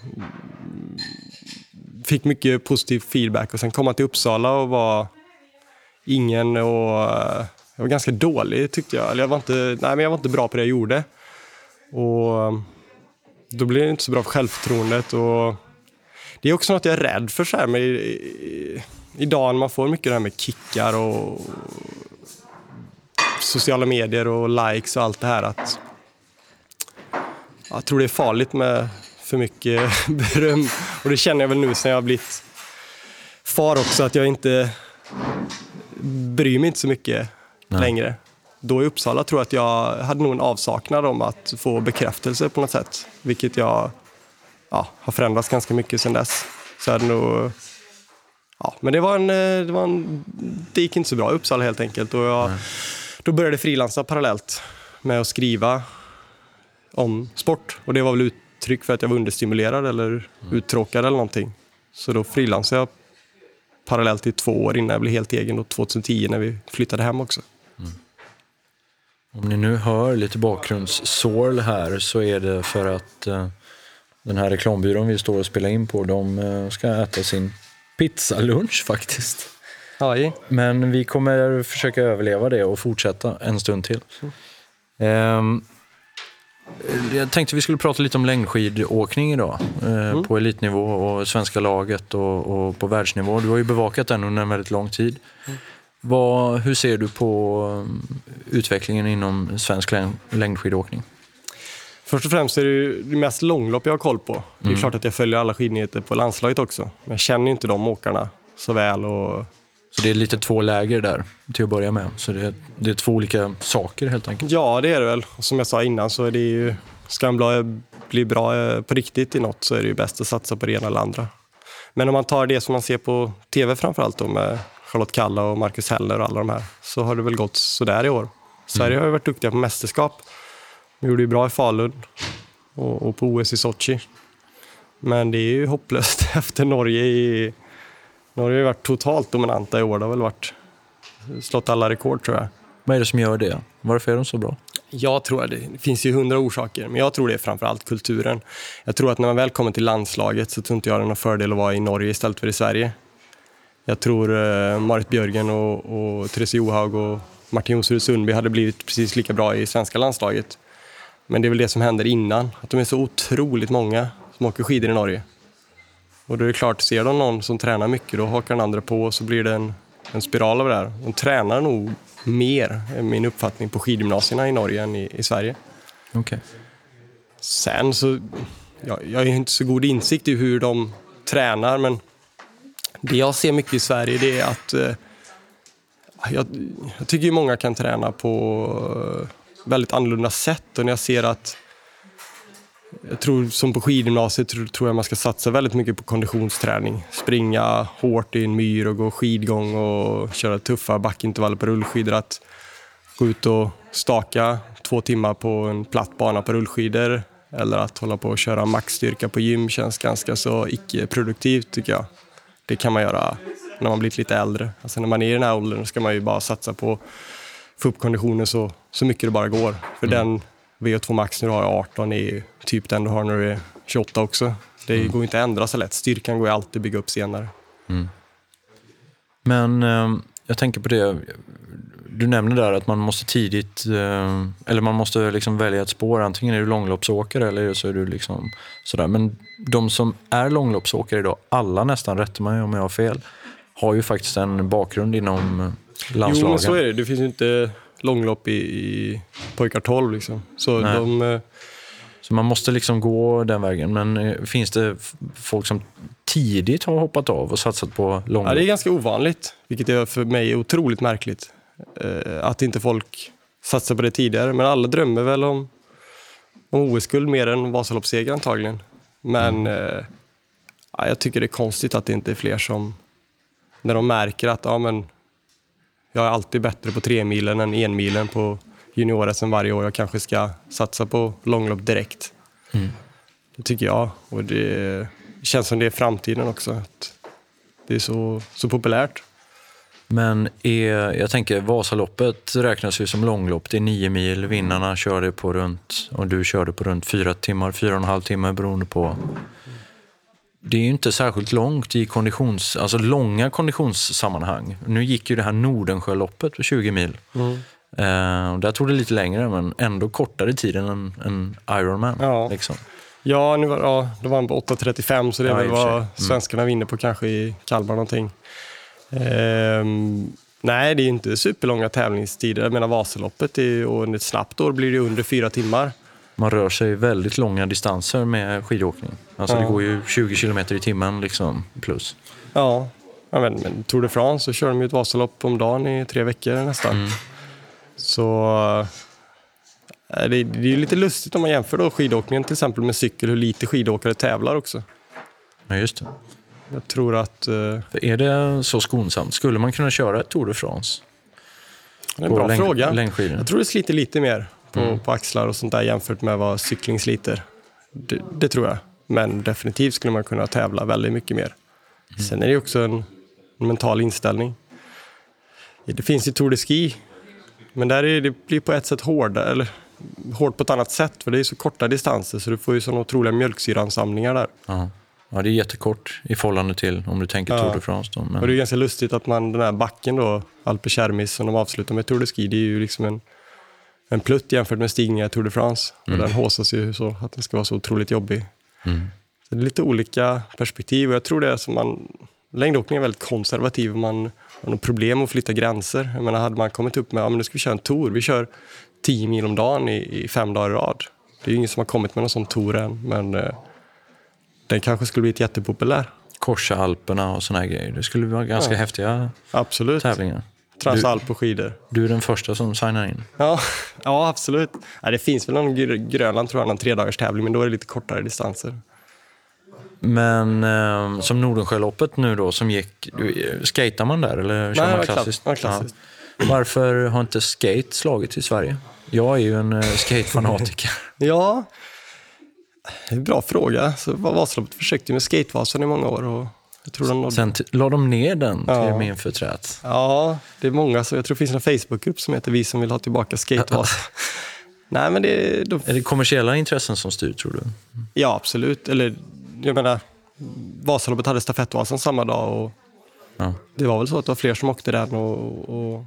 fick mycket positiv feedback. Och sen kom jag till Uppsala och var ingen och jag var ganska dålig tyckte jag. Eller jag var inte bra på det jag gjorde. Och då blev det inte så bra för självförtroendet. Och det är också något jag är rädd för så här. Men idag när man får mycket det här med kickar och sociala medier och likes och allt det här. Att jag tror det är farligt med för mycket beröm. Och det känner jag väl nu sen jag har blivit far också, att jag inte bryr mig inte så mycket längre. Då i Uppsala tror jag att jag hade nog en avsaknad om att få bekräftelse på något sätt. Vilket jag har förändrats ganska mycket sedan dess. Så hade nog... Ja, men det gick inte så bra i Uppsala helt enkelt. Och då började jag frilansa parallellt med att skriva om sport. Och det var väl uttryck för att jag var understimulerad eller uttråkad eller någonting. Så då frilansade jag parallellt i 2 år innan jag blev helt egen. Och 2010 när vi flyttade hem också. Mm. Om ni nu hör lite bakgrundssorl här så är det för att den här reklambyrån vi står och spelar in på, de ska äta sin pizzalunch faktiskt. Aj. Men vi kommer försöka överleva det och fortsätta en stund till. Jag tänkte vi skulle prata lite om längdskidåkning idag. På elitnivå och svenska laget och på världsnivå. Du har ju bevakat den under en väldigt lång tid. Hur ser du på utvecklingen inom svensk längdskidåkning? Först och främst är det ju det mest långlopp jag har koll på. Det är klart att jag följer alla skidnyheter på landslaget också. Men jag känner ju inte de åkarna så väl. Så det är lite 2 läger där till att börja med. Så det är 2 olika saker helt enkelt. Ja, det är det väl. Och som jag sa innan så är det ju... Ska man bli bra på riktigt i något så är det ju bäst att satsa på det ena eller andra. Men om man tar det som man ser på tv framförallt då, med Charlotte Kalla och Marcus Heller och alla de här, så har det väl gått så där i år. Sverige har ju varit duktiga på mästerskap. Vi gjorde ju bra i Falun och på OS i Sochi. Men det är ju hopplöst efter Norge. Norge har ju varit totalt dominanta i år. Det har väl slått alla rekord tror jag. Vad är det som gör det? Varför är de så bra? Jag tror att det finns ju 100 orsaker. Men jag tror det är framförallt kulturen. Jag tror att när man väl kommer till landslaget så tror inte jag det är någon fördel att vara i Norge istället för i Sverige. Jag tror Marit Björgen och Therese Johaug och Martin Jonsrud Sundby hade blivit precis lika bra i svenska landslaget. Men det är väl det som händer innan. Att de är så otroligt många som åker skidor i Norge. Och då är det klart, ser de någon som tränar mycket, då hakar den andra på och så blir det en spiral av det där. De tränar nog mer, är min uppfattning, på skidgymnasierna i Norge än i Sverige. Okay. Sen så, jag har ju inte så god insikt i hur de tränar, men det jag ser mycket i Sverige det är att jag tycker ju många kan träna på väldigt annorlunda sätt. Och när jag ser att jag tror som på skidgymnasiet tror jag man ska satsa väldigt mycket på konditionsträning. Springa hårt i en myr och gå skidgång och köra tuffa backintervaller på rullskidor. Att gå ut och staka 2 timmar på en platt bana på rullskidor. Eller att hålla på och köra maxstyrka på gym känns ganska så icke-produktivt tycker jag. Det kan man göra när man blivit lite äldre. Alltså när man är i den här åldern ska man ju bara satsa på att få upp konditionen så mycket det bara går. För den VO2 max när du har 18 är ju typ den du har när du är 28 också. Det går inte att ändra så lätt. Styrkan går ju alltid att bygga upp senare. Men jag tänker på det. Du nämnde där att man måste tidigt eller man måste liksom välja ett spår. Antingen är du långloppsåkare eller så är du liksom sådär. Men de som är långloppsåkare idag, alla nästan, rättar mig om jag har fel, har ju faktiskt en bakgrund inom landslagen. Jo, men så är det. Det finns ju inte långlopp i pojkar 12 liksom. Så man måste liksom gå den vägen. Men finns det folk som tidigt har hoppat av och satsat på långlopp? Ja, det är ganska ovanligt, vilket är för mig otroligt märkligt. Att inte folk satsar på det tidigare. Men alla drömmer väl om OS-guld mer än Vasaloppsseger antagligen. Men jag tycker det är konstigt att det inte är fler som, när de märker att jag är alltid bättre på 3-milen än 1-milen på junior-SM varje år. Jag kanske ska satsa på långlopp direkt. Det tycker jag. Och det känns som det är framtiden också. Att det är så populärt. Men jag tänker, Vasaloppet räknas ju som långlopp. Det är 9 mil. Vinnarna körde på och du körde på runt 4 timmar, 4,5 timmar beroende på. Det är ju inte särskilt långt i alltså långa konditionssammanhang. Nu gick ju det här Nordensjöloppet på 20 mil. Där tog det lite längre, men ändå kortare tid än en Ironman. Ja. Liksom. Ja, det var på 8.35 så det är väl vad svenskarna vinner på kanske i Kalmar någonting. Nej, det är inte superlånga tävlingstider. Jag menar Vasaloppet och under ett snabbt år blir det under 4 timmar. Man rör sig väldigt långa distanser med skidåkning. Alltså det går ju 20 kilometer i timmen liksom, plus. Ja, men Tour de France så kör de ju ett Vasalopp om dagen i 3 veckor nästan. Så det är ju lite lustigt om man jämför då skidåkningen till exempel med cykel, hur lite skidåkare tävlar också. Ja, just det. Jag tror att... För är det så skonsamt? Skulle man kunna köra ett Tour de France? Det är en bra fråga. Längdskidor? Jag tror det sliter lite mer på axlar och sånt där jämfört med vad cykling sliter. Det tror jag. Men definitivt skulle man kunna tävla väldigt mycket mer. Sen är det också en mental inställning. Det finns ju Tour de Ski. Men det blir på ett sätt hårt på ett annat sätt. För det är så korta distanser så du får ju sådana otroliga mjölksyransamlingar där. Ja, det är jättekort i förhållande till om du tänker Tour de France. Då, men... Och det är ganska lustigt att den här backen då, Alpe Cermis som de avslutar med Tour de Ski, det är ju liksom en plutt jämfört med stigningar i Tour de France. Och den håsas ju så att den ska vara så otroligt jobbig. Så det är lite olika perspektiv och jag tror det är som längdåkning är väldigt konservativ och man har något problem att flytta gränser. Jag menar, hade man kommit upp med, nu ska vi köra en tour, vi kör 10 mil om dagen i 5 dagar i rad. Det är ju ingen som har kommit med någon sån tour än, men den kanske skulle bli jättepopulär. Korsa Alperna och såna här grejer. Det skulle vara ganska häftiga tävlingar. Transalp på skidor. Du är den första som signar in. Ja absolut. Ja, det finns väl någon Grönland tror jag, en 3-dagars tävling, men då är det lite kortare distanser. Men som Nordensjöloppet nu då som gick, skater man där eller kör man klassiskt? Nej, klassiskt. Ja. Varför har inte skate slagit i Sverige? Jag är ju en skatefanatiker. Ja, det är en bra fråga. Så Vasaloppet försökte med Skatevasan i många år och jag tror sen la de ner den till min förträtt. Ja, det är många. Så jag tror det finns en Facebookgrupp som heter Vi som vill ha tillbaka Skatevasan. Nej, men Är det kommersiella intressen som styr, tror du? Ja, absolut. Eller, jag menar, Vasaloppet hade stafettvasan samma dag och det var väl så att det var fler som åkte den och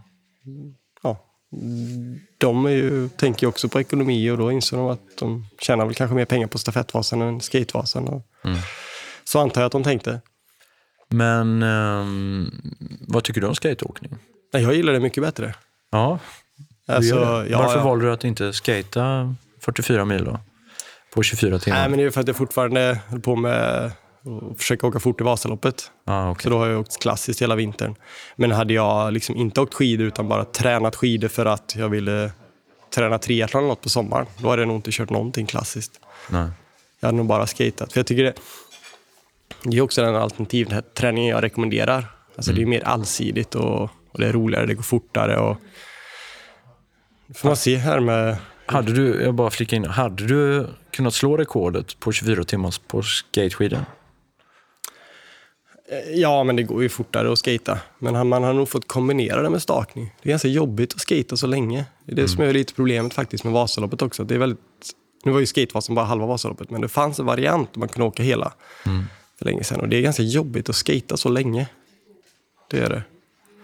de tänker ju också på ekonomi och då inser de att de tjänar väl kanske mer pengar på stafettvasan än skatevasan. Så antar jag att de tänkte. Men vad tycker du om skateåkning? Jag gillar det mycket bättre. Ja. Varför valde du att inte skata 44 mil då? På 24 timmar? Nej, men det är för att jag fortfarande håller på med att försöka åka fort i Vasaloppet. Okay. Så då har jag åkt klassiskt hela vintern. Men hade jag liksom inte åkt skidor utan bara tränat skidor för att jag ville träna triathlon eller något på sommaren, då hade jag nog inte kört någonting klassiskt. Nej. Jag hade nog bara skatat. För jag tycker det är också den alternativträningen jag rekommenderar. Alltså det är mer allsidigt och det är roligare, det går fortare och får man se här med... Hade du kunnat slå rekordet på 24 timmar på skateskidor? Ja, men det går ju fortare att skata. Men man har nog fått kombinera det med stakning. Det är ganska jobbigt att skata så länge. Det är det som är lite problemet faktiskt med Vasaloppet också. Det är väldigt... Nu var ju skatevasan bara halva Vasaloppet, men det fanns en variant där man kunde åka hela för länge sedan. Och det är ganska jobbigt att skata så länge. Det är det.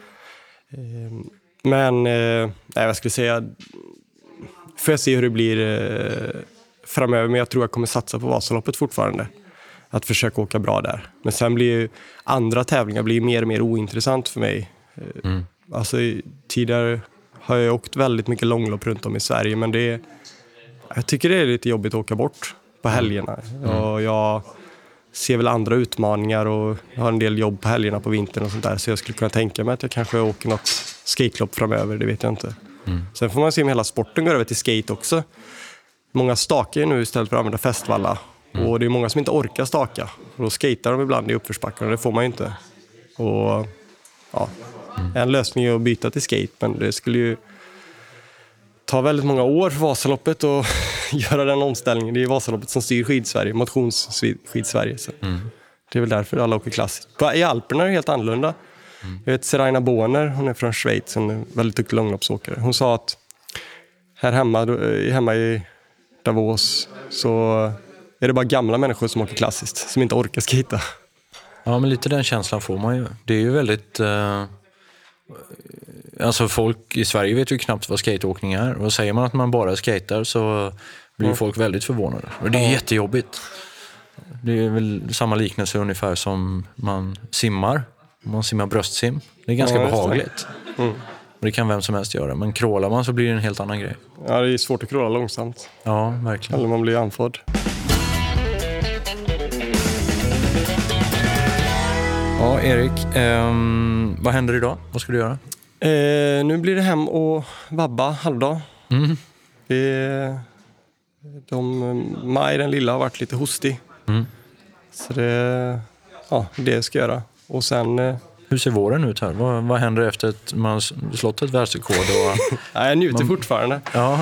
Men jag skulle säga... Får jag se hur det blir framöver, men jag tror jag kommer satsa på Vasaloppet fortfarande. Att försöka åka bra där. Men sen blir ju andra tävlingar mer och mer ointressant för mig. Alltså tidigare har jag åkt väldigt mycket långlopp runt om i Sverige, men jag tycker det är lite jobbigt att åka bort på helgerna. Och jag ser väl andra utmaningar och jag har en del jobb på helgerna på vintern och sånt där, så jag skulle kunna tänka mig att jag kanske åker något skatelopp framöver, det vet jag inte. Sen får man se om hela sporten går över till skate också. Många stakar nu istället för att använda fästvalla. Och det är många som inte orkar staka. Och då skater de ibland i uppförsbacken och det får man ju inte. Och en lösning är att byta till skate, men det skulle ju ta väldigt många år för Vasaloppet och göra den omställningen. Det är Vasaloppet som styr skidsverige, motionsskidsverige. Så det är väl därför alla åker klassiskt. I Alperna är det helt annorlunda. Jag vet Seraina Bohner, hon är från Schweiz, hon är väldigt duktig långloppsåkare. Hon sa att här hemma i Davos så är det bara gamla människor som åker klassiskt, som inte orkar skata. Ja, men lite den känslan får man ju. Det är ju väldigt... Alltså folk i Sverige vet ju knappt vad skateåkning är. Och säger man att man bara skater så blir folk väldigt förvånade. Och det är jättejobbigt. Det är väl samma liknelse ungefär som man simmar. Man simmar bröstsim. Det är ganska behagligt. Och det kan vem som helst göra. Men crawlar man så blir det en helt annan grej. Ja, det är svårt att crawla långsamt. Ja, verkligen. Eller man blir andfådd. Ja, Erik. Vad händer idag? Vad ska du göra? Nu blir det hem och vabba halvdag. Maj, den lilla, har varit lite hostig. Så det ska jag göra. Och sen... Hur ser våren ut här? Vad händer efter att man slått ett världsrekord? Nej, jag njuter fortfarande. Ja.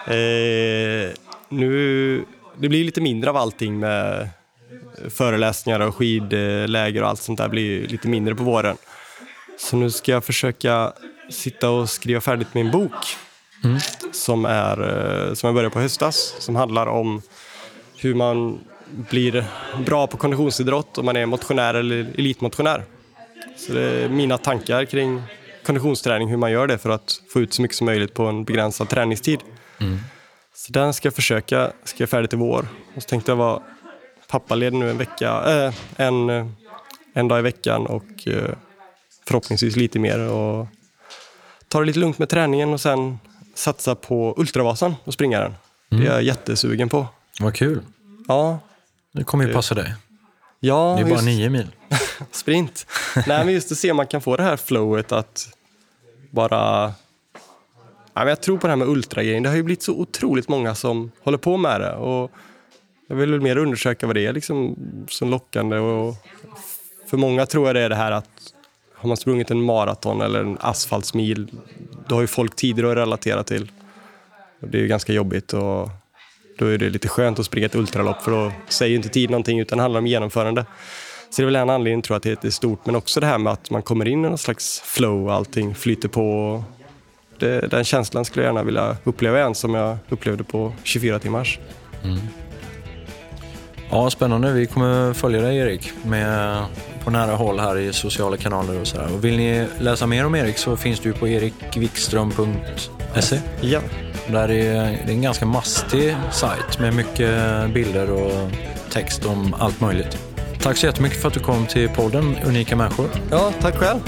Det blir lite mindre av allting med föreläsningar och skidläger och allt sånt där blir lite mindre på våren. Så nu ska jag försöka sitta och skriva färdigt min bok som jag började på höstas, som handlar om hur man blir bra på konditionsidrott om man är motionär eller elitmotionär. Så det är mina tankar kring konditionsträning, hur man gör det för att få ut så mycket som möjligt på en begränsad träningstid. Så den ska jag försöka skriva färdigt i vår. Och så tänkte jag vara pappaledig nu en dag i veckan och förhoppningsvis lite mer. Och ta det lite lugnt med träningen och sen satsa på Ultravasan och springa den. Det är jag jättesugen på. Vad kul. Ja. Det kommer ju passa dig. Ja, det är bara 9 mil. Sprint. Nej, men just att se om man kan få det här flowet att bara... Ja, men jag tror på det här med ultragrejen. Det har ju blivit så otroligt många som håller på med det. Och jag vill mer undersöka vad det är liksom, som lockande. Och för många tror jag det är det här att har man sprungit en maraton eller en asfaltsmil, då har ju folk tider att relatera till. Och det är ju ganska jobbigt och då är det lite skönt att springa ett ultralopp, för då säger ju inte tid någonting utan det handlar om genomförande. Så det är väl en anledning, tror jag, att det är stort. Men också det här med att man kommer in i någon slags flow och allting flyter på. Den känslan skulle jag gärna vilja uppleva igen som jag upplevde på 24 timmars. Ja, spännande. Vi kommer följa dig, Erik, på nära håll här i sociala kanaler och sådär. Och vill ni läsa mer om Erik så finns du på erikvikström.se. Ja. Där det är en ganska mastig sajt med mycket bilder och text om allt möjligt. Tack så jättemycket för att du kom till podden Unika människor. Ja, tack själv.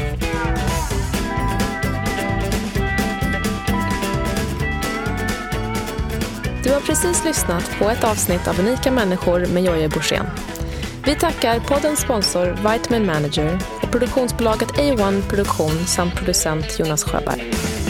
Du har precis lyssnat på ett avsnitt av Unika människor med Jojje Borssén. Vi tackar poddens sponsor Vitamin Manager och produktionsbolaget A1 Produktion samt producent Jonas Sjöberg.